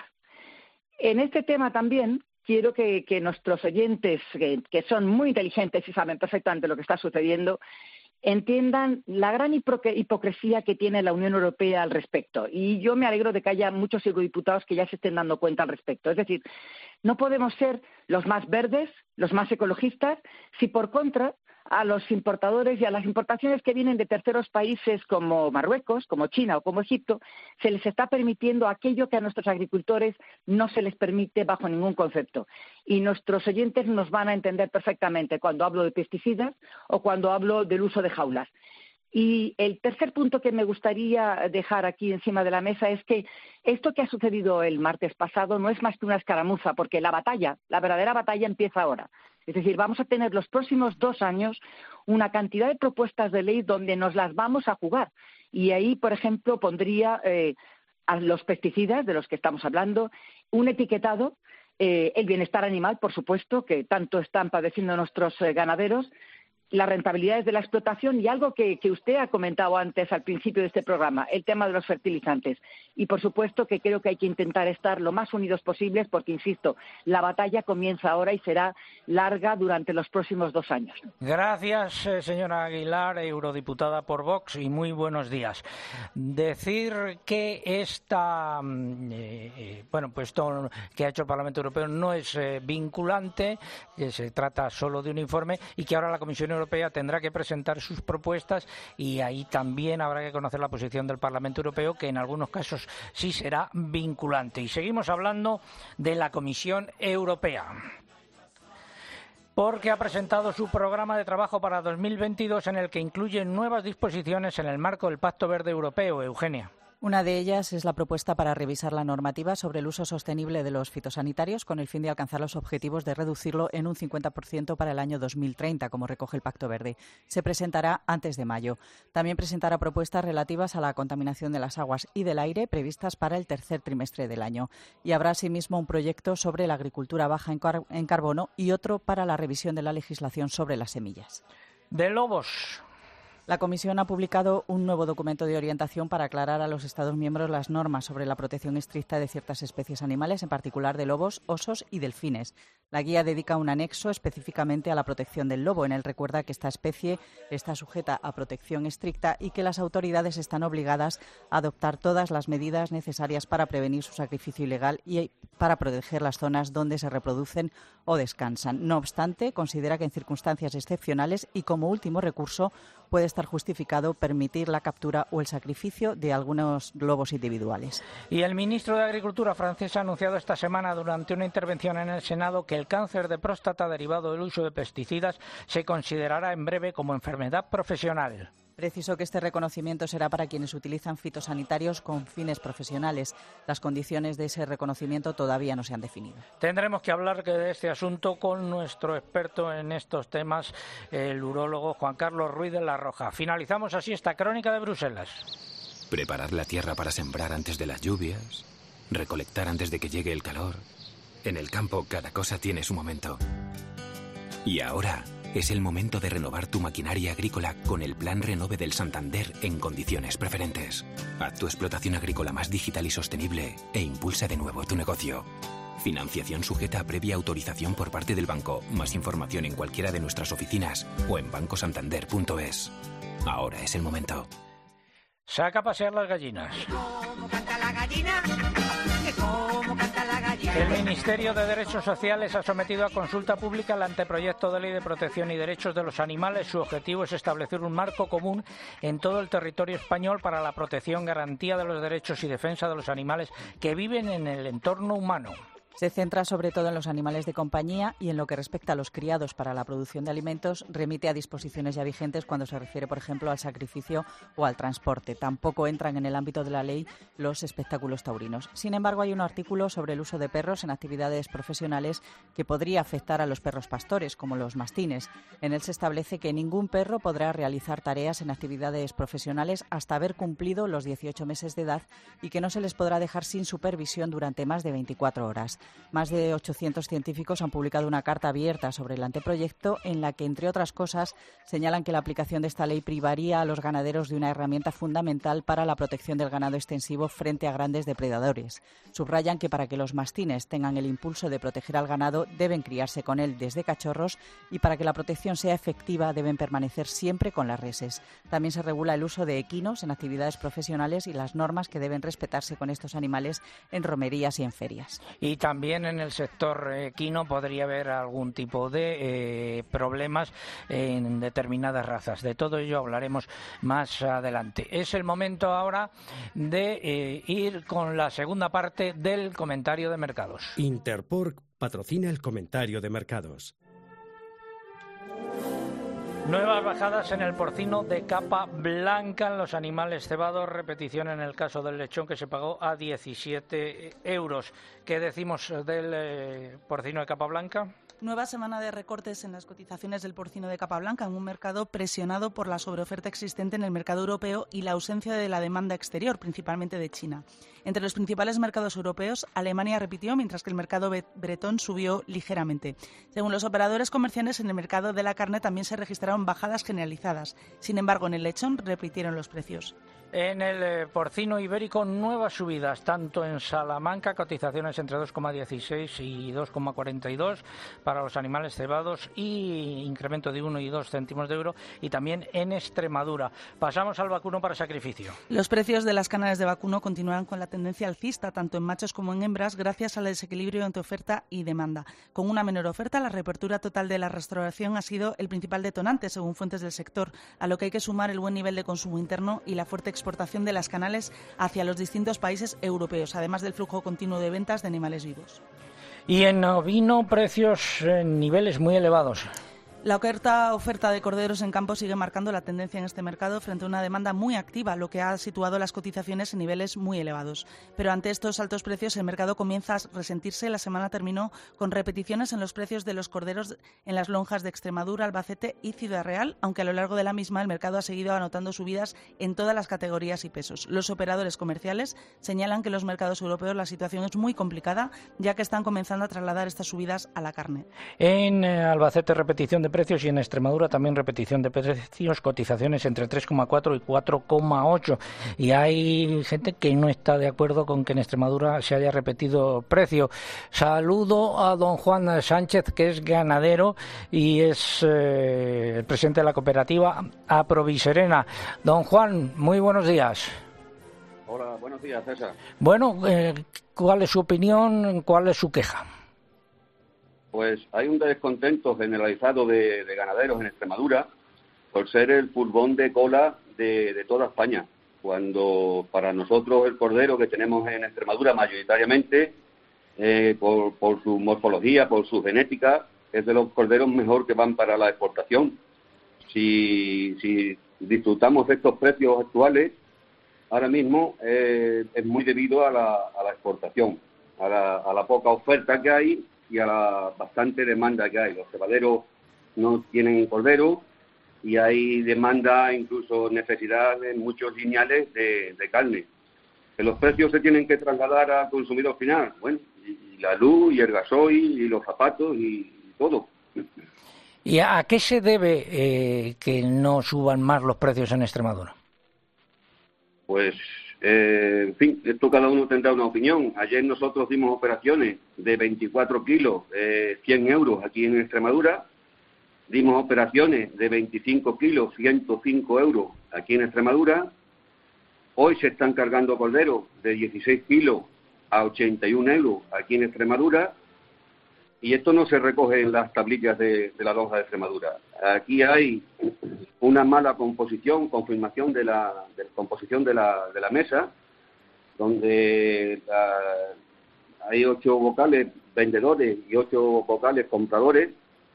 En este tema también quiero que, que nuestros oyentes, que, que son muy inteligentes y saben perfectamente lo que está sucediendo, entiendan la gran hipocresía que tiene la Unión Europea al respecto. Y yo me alegro de que haya muchos eurodiputados que ya se estén dando cuenta al respecto. Es decir, no podemos ser los más verdes, los más ecologistas, si por contra a los importadores y a las importaciones que vienen de terceros países como Marruecos, como China o como Egipto, se les está permitiendo aquello que a nuestros agricultores no se les permite bajo ningún concepto. Y nuestros oyentes nos van a entender perfectamente cuando hablo de pesticidas o cuando hablo del uso de jaulas. Y el tercer punto que me gustaría dejar aquí encima de la mesa es que esto que ha sucedido el martes pasado no es más que una escaramuza, porque la batalla, la verdadera batalla empieza ahora. Es decir, vamos a tener los próximos dos años una cantidad de propuestas de ley donde nos las vamos a jugar. Y ahí, por ejemplo, pondría eh, a los pesticidas, de los que estamos hablando, un etiquetado, eh, el bienestar animal, por supuesto, que tanto están padeciendo nuestros eh, ganaderos, las rentabilidades de la explotación y algo que, que usted ha comentado antes al principio de este programa, el tema de los fertilizantes. Y, por supuesto, que creo que hay que intentar estar lo más unidos posibles porque, insisto, la batalla comienza ahora y será larga durante los próximos dos años. Gracias, eh, señora Aguilar, eurodiputada por Vox, y muy buenos días. Decir que esta, eh, eh, bueno, pues esto que ha hecho el Parlamento Europeo no es eh, vinculante, que se trata solo de un informe y que ahora la Comisión Europea tendrá que presentar sus propuestas y ahí también habrá que conocer la posición del Parlamento Europeo, que en algunos casos sí será vinculante. Y seguimos hablando de la Comisión Europea, porque ha presentado su programa de trabajo para dos mil veintidós en el que incluye nuevas disposiciones en el marco del Pacto Verde Europeo. Eugenia. Una de ellas es la propuesta para revisar la normativa sobre el uso sostenible de los fitosanitarios con el fin de alcanzar los objetivos de reducirlo en un cincuenta por ciento para el año dos mil treinta, como recoge el Pacto Verde. Se presentará antes de mayo. También presentará propuestas relativas a la contaminación de las aguas y del aire previstas para el tercer trimestre del año. Y habrá asimismo un proyecto sobre la agricultura baja en, car- en carbono y otro para la revisión de la legislación sobre las semillas. De lobos. La Comisión ha publicado un nuevo documento de orientación para aclarar a los Estados miembros las normas sobre la protección estricta de ciertas especies animales, en particular de lobos, osos y delfines. La guía dedica un anexo específicamente a la protección del lobo. En él recuerda que esta especie está sujeta a protección estricta y que las autoridades están obligadas a adoptar todas las medidas necesarias para prevenir su sacrificio ilegal y para proteger las zonas donde se reproducen o descansan. No obstante, considera que en circunstancias excepcionales y como último recurso puede estar justificado permitir la captura o el sacrificio de algunos lobos individuales. Y el ministro de Agricultura francés ha anunciado esta semana durante una intervención en el Senado que el cáncer de próstata derivado del uso de pesticidas se considerará en breve como enfermedad profesional. Preciso que este reconocimiento será para quienes utilizan fitosanitarios con fines profesionales. Las condiciones de ese reconocimiento todavía no se han definido. Tendremos que hablar de este asunto con nuestro experto en estos temas, el urólogo Juan Carlos Ruiz de la Roja. Finalizamos así esta crónica de Bruselas. Preparar la tierra para sembrar antes de las lluvias, recolectar antes de que llegue el calor. En el campo cada cosa tiene su momento. Y ahora es el momento de renovar tu maquinaria agrícola con el Plan Renove del Santander en condiciones preferentes. Haz tu explotación agrícola más digital y sostenible e impulsa de nuevo tu negocio. Financiación sujeta a previa autorización por parte del banco. Más información en cualquiera de nuestras oficinas o en banco santander punto es. Ahora es el momento. Saca a pasear las gallinas. ¿Cómo canta la gallina? ¿Cómo canta la gallina? El Ministerio de Derechos Sociales ha sometido a consulta pública el anteproyecto de Ley de Protección y Derechos de los Animales. Su objetivo es establecer un marco común en todo el territorio español para la protección, garantía de los derechos y defensa de los animales que viven en el entorno humano. Se centra sobre todo en los animales de compañía y en lo que respecta a los criados para la producción de alimentos, remite a disposiciones ya vigentes cuando se refiere, por ejemplo, al sacrificio o al transporte. Tampoco entran en el ámbito de la ley los espectáculos taurinos. Sin embargo, hay un artículo sobre el uso de perros en actividades profesionales que podría afectar a los perros pastores, como los mastines. En él se establece que ningún perro podrá realizar tareas en actividades profesionales hasta haber cumplido los dieciocho meses de edad y que no se les podrá dejar sin supervisión durante más de veinticuatro horas. Más de ochocientos científicos han publicado una carta abierta sobre el anteproyecto en la que, entre otras cosas, señalan que la aplicación de esta ley privaría a los ganaderos de una herramienta fundamental para la protección del ganado extensivo frente a grandes depredadores. Subrayan que para que los mastines tengan el impulso de proteger al ganado deben criarse con él desde cachorros y para que la protección sea efectiva deben permanecer siempre con las reses. También se regula el uso de equinos en actividades profesionales y las normas que deben respetarse con estos animales en romerías y en ferias. Y también También en el sector equino podría haber algún tipo de eh, problemas en determinadas razas. De todo ello hablaremos más adelante. Es el momento ahora de eh, ir con la segunda parte del comentario de mercados. Interpork patrocina el comentario de mercados. Nuevas bajadas en el porcino de capa blanca en los animales cebados. Repetición en el caso del lechón, que se pagó a diecisiete euros. ¿Qué decimos del eh, porcino de capa blanca? Nueva semana de recortes en las cotizaciones del porcino de capa blanca en un mercado presionado por la sobreoferta existente en el mercado europeo y la ausencia de la demanda exterior, principalmente de China. Entre los principales mercados europeos, Alemania repitió, mientras que el mercado bretón subió ligeramente. Según los operadores comerciales, en el mercado de la carne también se registraron bajadas generalizadas. Sin embargo, en el lechón repitieron los precios. En el eh, porcino ibérico, nuevas subidas, tanto en Salamanca, cotizaciones entre dos coma dieciséis y dos coma cuarenta y dos para los animales cebados y incremento de uno y dos céntimos de euro, y también en Extremadura. Pasamos al vacuno para sacrificio. Los precios de las canales de vacuno continúan con la tendencia alcista, tanto en machos como en hembras, gracias al desequilibrio entre oferta y demanda. Con una menor oferta, la reapertura total de la restauración ha sido el principal detonante, según fuentes del sector, a lo que hay que sumar el buen nivel de consumo interno y la fuerte exportación de las canales hacia los distintos países europeos, además del flujo continuo de ventas de animales vivos. Y en ovino, precios en niveles muy elevados. La oferta, oferta de corderos en campo sigue marcando la tendencia en este mercado frente a una demanda muy activa, lo que ha situado las cotizaciones en niveles muy elevados. Pero ante estos altos precios, el mercado comienza a resentirse. La semana terminó con repeticiones en los precios de los corderos en las lonjas de Extremadura, Albacete y Ciudad Real, aunque a lo largo de la misma el mercado ha seguido anotando subidas en todas las categorías y pesos. Los operadores comerciales señalan que en los mercados europeos la situación es muy complicada, ya que están comenzando a trasladar estas subidas a la carne. En eh, Albacete, repetición de precios, y en Extremadura también repetición de precios, cotizaciones entre tres coma cuatro y cuatro coma ocho. Y hay gente que no está de acuerdo con que en Extremadura se haya repetido precio. Saludo a don Juan Sánchez, que es ganadero y es eh, el presidente de la cooperativa Aproviserena. Don Juan, muy buenos días. Hola, buenos días, César. Bueno, eh, ¿cuál es su opinión? ¿Cuál es su queja? Pues hay un descontento generalizado de, de ganaderos en Extremadura por ser el furgón de cola de, de toda España, cuando para nosotros el cordero que tenemos en Extremadura mayoritariamente, eh, por, por su morfología, por su genética, es de los corderos mejor que van para la exportación. Si, si disfrutamos de estos precios actuales, ahora mismo eh, es muy debido a la, a la exportación, a la, a la poca oferta que hay y a la bastante demanda que hay. Los cebaderos no tienen cordero y hay demanda, incluso necesidad en muchos lineales de, de carne. Que los precios se tienen que trasladar al consumidor final. Bueno, y, y la luz y el gasoil y los zapatos y, y todo. ¿Y a qué se debe eh, que no suban más los precios en Extremadura? Pues, eh, en fin, esto cada uno tendrá una opinión. Ayer nosotros dimos operaciones de veinticuatro kilos, eh, cien euros aquí en Extremadura. Dimos operaciones de veinticinco kilos, ciento cinco euros aquí en Extremadura. Hoy se están cargando corderos de dieciséis kilos a ochenta y un euros aquí en Extremadura. Y esto no se recoge en las tablillas de, de la lonja de Extremadura. Aquí hay una mala composición, confirmación de la, de la composición de la, de la mesa, donde la, hay ocho vocales vendedores y ocho vocales compradores.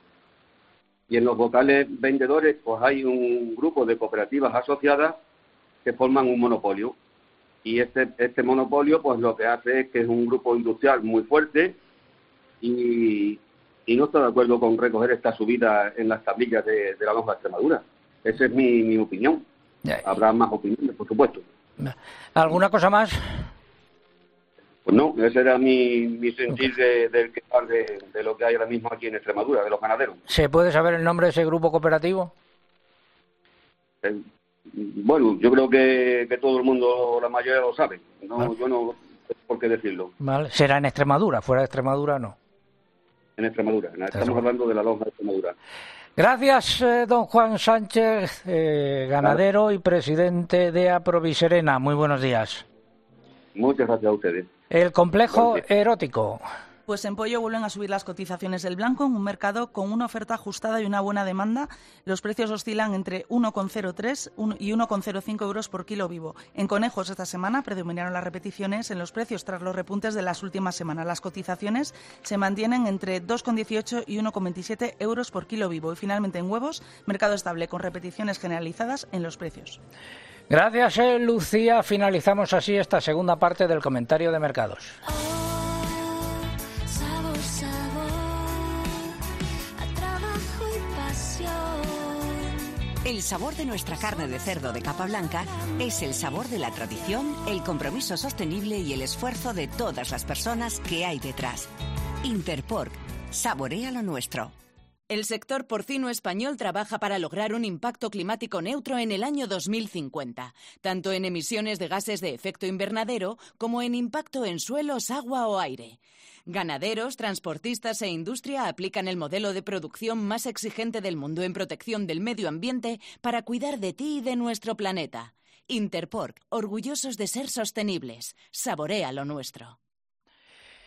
Y en los vocales vendedores pues hay un grupo de cooperativas asociadas que forman un monopolio. Y este, este monopolio pues lo que hace es que es un grupo industrial muy fuerte, Y, y no estoy de acuerdo con recoger esta subida en las tablillas de, de la lonja de Extremadura. Esa es mi, mi opinión. Habrá más opiniones, por supuesto. ¿Alguna cosa más? Pues no, ese era mi, mi sentir de, del quejar de, de lo que hay ahora mismo aquí en Extremadura, de los ganaderos. ¿Se puede saber el nombre de ese grupo cooperativo? Eh, bueno, yo creo que, que todo el mundo, la mayoría lo sabe. No, vale. Yo no sé por qué decirlo. Vale. ¿Será en Extremadura? ¿Fuera de Extremadura no? En Extremadura, estamos hablando de la lonja de Extremadura. Gracias, eh, don Juan Sánchez, eh, ganadero y presidente de Aproviserena. Muy buenos días. Muchas gracias a ustedes. El complejo erótico. Pues en pollo vuelven a subir las cotizaciones del blanco en un mercado con una oferta ajustada y una buena demanda. Los precios oscilan entre uno coma cero tres y uno coma cero cinco euros por kilo vivo. En conejos esta semana predominaron las repeticiones en los precios tras los repuntes de las últimas semanas. Las cotizaciones se mantienen entre dos coma dieciocho y uno coma veintisiete euros por kilo vivo. Y finalmente en huevos, mercado estable con repeticiones generalizadas en los precios. Gracias, eh, Lucía. Finalizamos así esta segunda parte del comentario de mercados. El sabor de nuestra carne de cerdo de capa blanca es el sabor de la tradición, el compromiso sostenible y el esfuerzo de todas las personas que hay detrás. Interpork, saborea lo nuestro. El sector porcino español trabaja para lograr un impacto climático neutro en el año dos mil cincuenta, tanto en emisiones de gases de efecto invernadero como en impacto en suelos, agua o aire. Ganaderos, transportistas e industria aplican el modelo de producción más exigente del mundo en protección del medio ambiente para cuidar de ti y de nuestro planeta. Interpork, orgullosos de ser sostenibles. Saborea lo nuestro.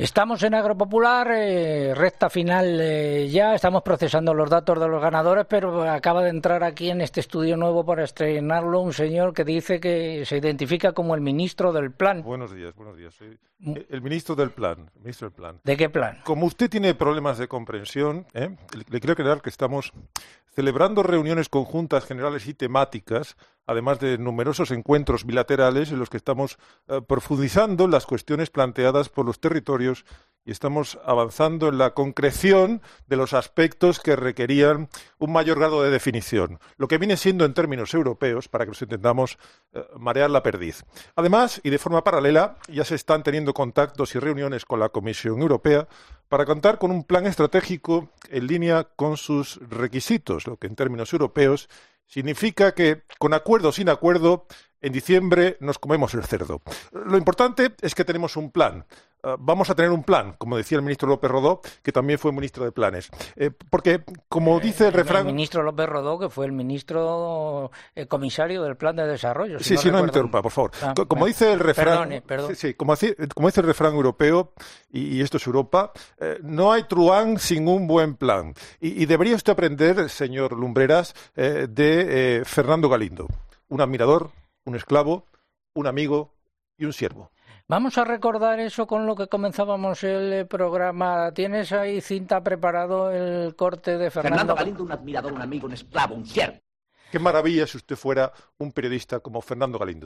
Estamos en Agropopular, eh, recta final eh, ya, estamos procesando los datos de los ganadores, pero acaba de entrar aquí en este estudio nuevo para estrenarlo un señor que dice que se identifica como el ministro del plan. Buenos días, buenos días. Soy el ministro del plan. Ministro del plan. ¿De qué plan? Como usted tiene problemas de comprensión, ¿eh? le quiero aclarar que estamos celebrando reuniones conjuntas generales y temáticas, además de numerosos encuentros bilaterales en los que estamos eh, profundizando en las cuestiones planteadas por los territorios y estamos avanzando en la concreción de los aspectos que requerían un mayor grado de definición, lo que viene siendo en términos europeos, para que nos entendamos, eh, marear la perdiz. Además, y de forma paralela, ya se están teniendo contactos y reuniones con la Comisión Europea para contar con un plan estratégico en línea con sus requisitos, lo que en términos europeos significa que, con acuerdo o sin acuerdo, en diciembre nos comemos el cerdo. Lo importante es que tenemos un plan. Uh, vamos a tener un plan, como decía el ministro López Rodó, que también fue ministro de Planes. Eh, porque, como dice el refrán... El ministro López Rodó, que fue el ministro eh, comisario del Plan de Desarrollo. Si sí, no sí, recuerdo... no me interrumpa, por favor. Ah, como bueno. dice el refrán... Perdone, perdón. Sí, sí, como, como dice el refrán europeo, y, y esto es Europa, eh, no hay truán sin un buen plan. Y, y debería usted aprender, señor Lumbreras, eh, de eh, Fernando Galindo, un admirador, un esclavo, un amigo y un siervo. Vamos a recordar eso con lo que comenzábamos el programa. ¿Tienes ahí, Cinta, preparado el corte de Fernando? Fernando Galindo, un admirador, un amigo, un esclavo, un siervo. Qué maravilla si usted fuera un periodista como Fernando Galindo.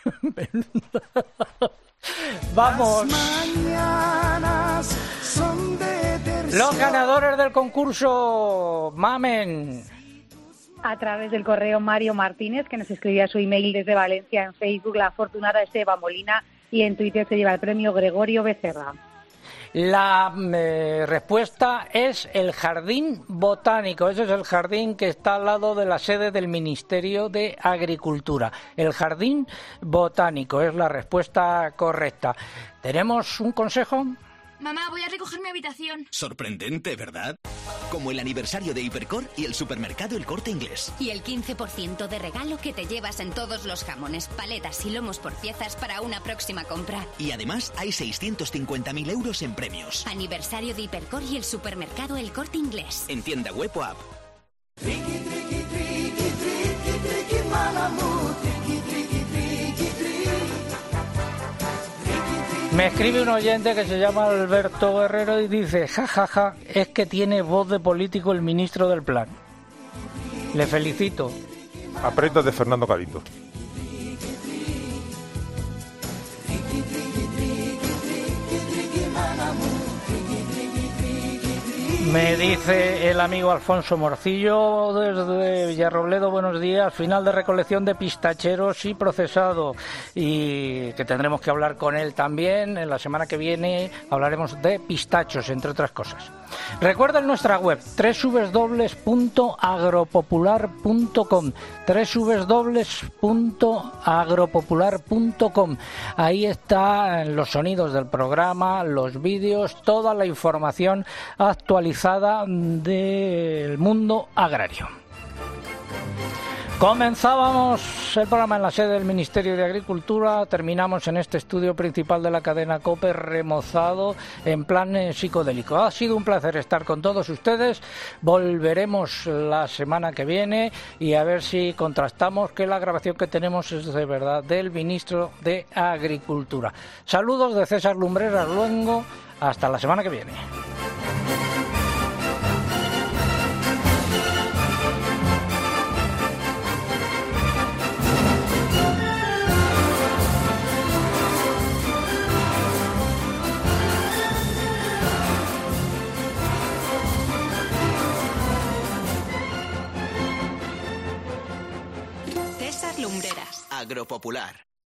Vamos. Los ganadores del concurso, mamen. A través del correo Mario Martínez, que nos escribía su email desde Valencia, en Facebook la afortunada Esteban Molina y en Twitter se lleva el premio Gregorio Becerra. La eh, respuesta es el Jardín Botánico. Ese es el jardín que está al lado de la sede del Ministerio de Agricultura. El Jardín Botánico es la respuesta correcta. ¿Tenemos un consejo? Mamá, voy a recoger mi habitación. Sorprendente, ¿verdad? Como el aniversario de Hipercor y el supermercado El Corte Inglés. Y el quince por ciento de regalo que te llevas en todos los jamones, paletas y lomos por piezas para una próxima compra. Y además hay seiscientos cincuenta mil euros en premios. Aniversario de Hipercor y el supermercado El Corte Inglés. En tienda web o app. Triqui, triqui, triqui, triqui, triqui, manamu, triqui, triqui, triqui, triqui. Me escribe un oyente que se llama Alberto Guerrero y dice, jajaja, ja, ja, es que tiene voz de político el ministro del plan. Le felicito. Aprenda de Fernando Galindo. Me dice el amigo Alfonso Morcillo desde Villarrobledo, buenos días, final de recolección de pistacheros y procesado, y que tendremos que hablar con él también. En la semana que viene hablaremos de pistachos, entre otras cosas. Recuerden nuestra web, doble u doble u doble u punto agropopular punto com, doble u doble u doble u punto agropopular punto com. Ahí están los sonidos del programa, los vídeos, toda la información actualizada del mundo agrario. Comenzábamos el programa en la sede del Ministerio de Agricultura, terminamos en este estudio principal de la cadena COPE remozado en plan psicodélico. Ha sido un placer estar con todos ustedes, volveremos la semana que viene y a ver si contrastamos que la grabación que tenemos es de verdad del Ministro de Agricultura. Saludos de César Lumbreras Luengo, hasta la semana que viene. Agropopular.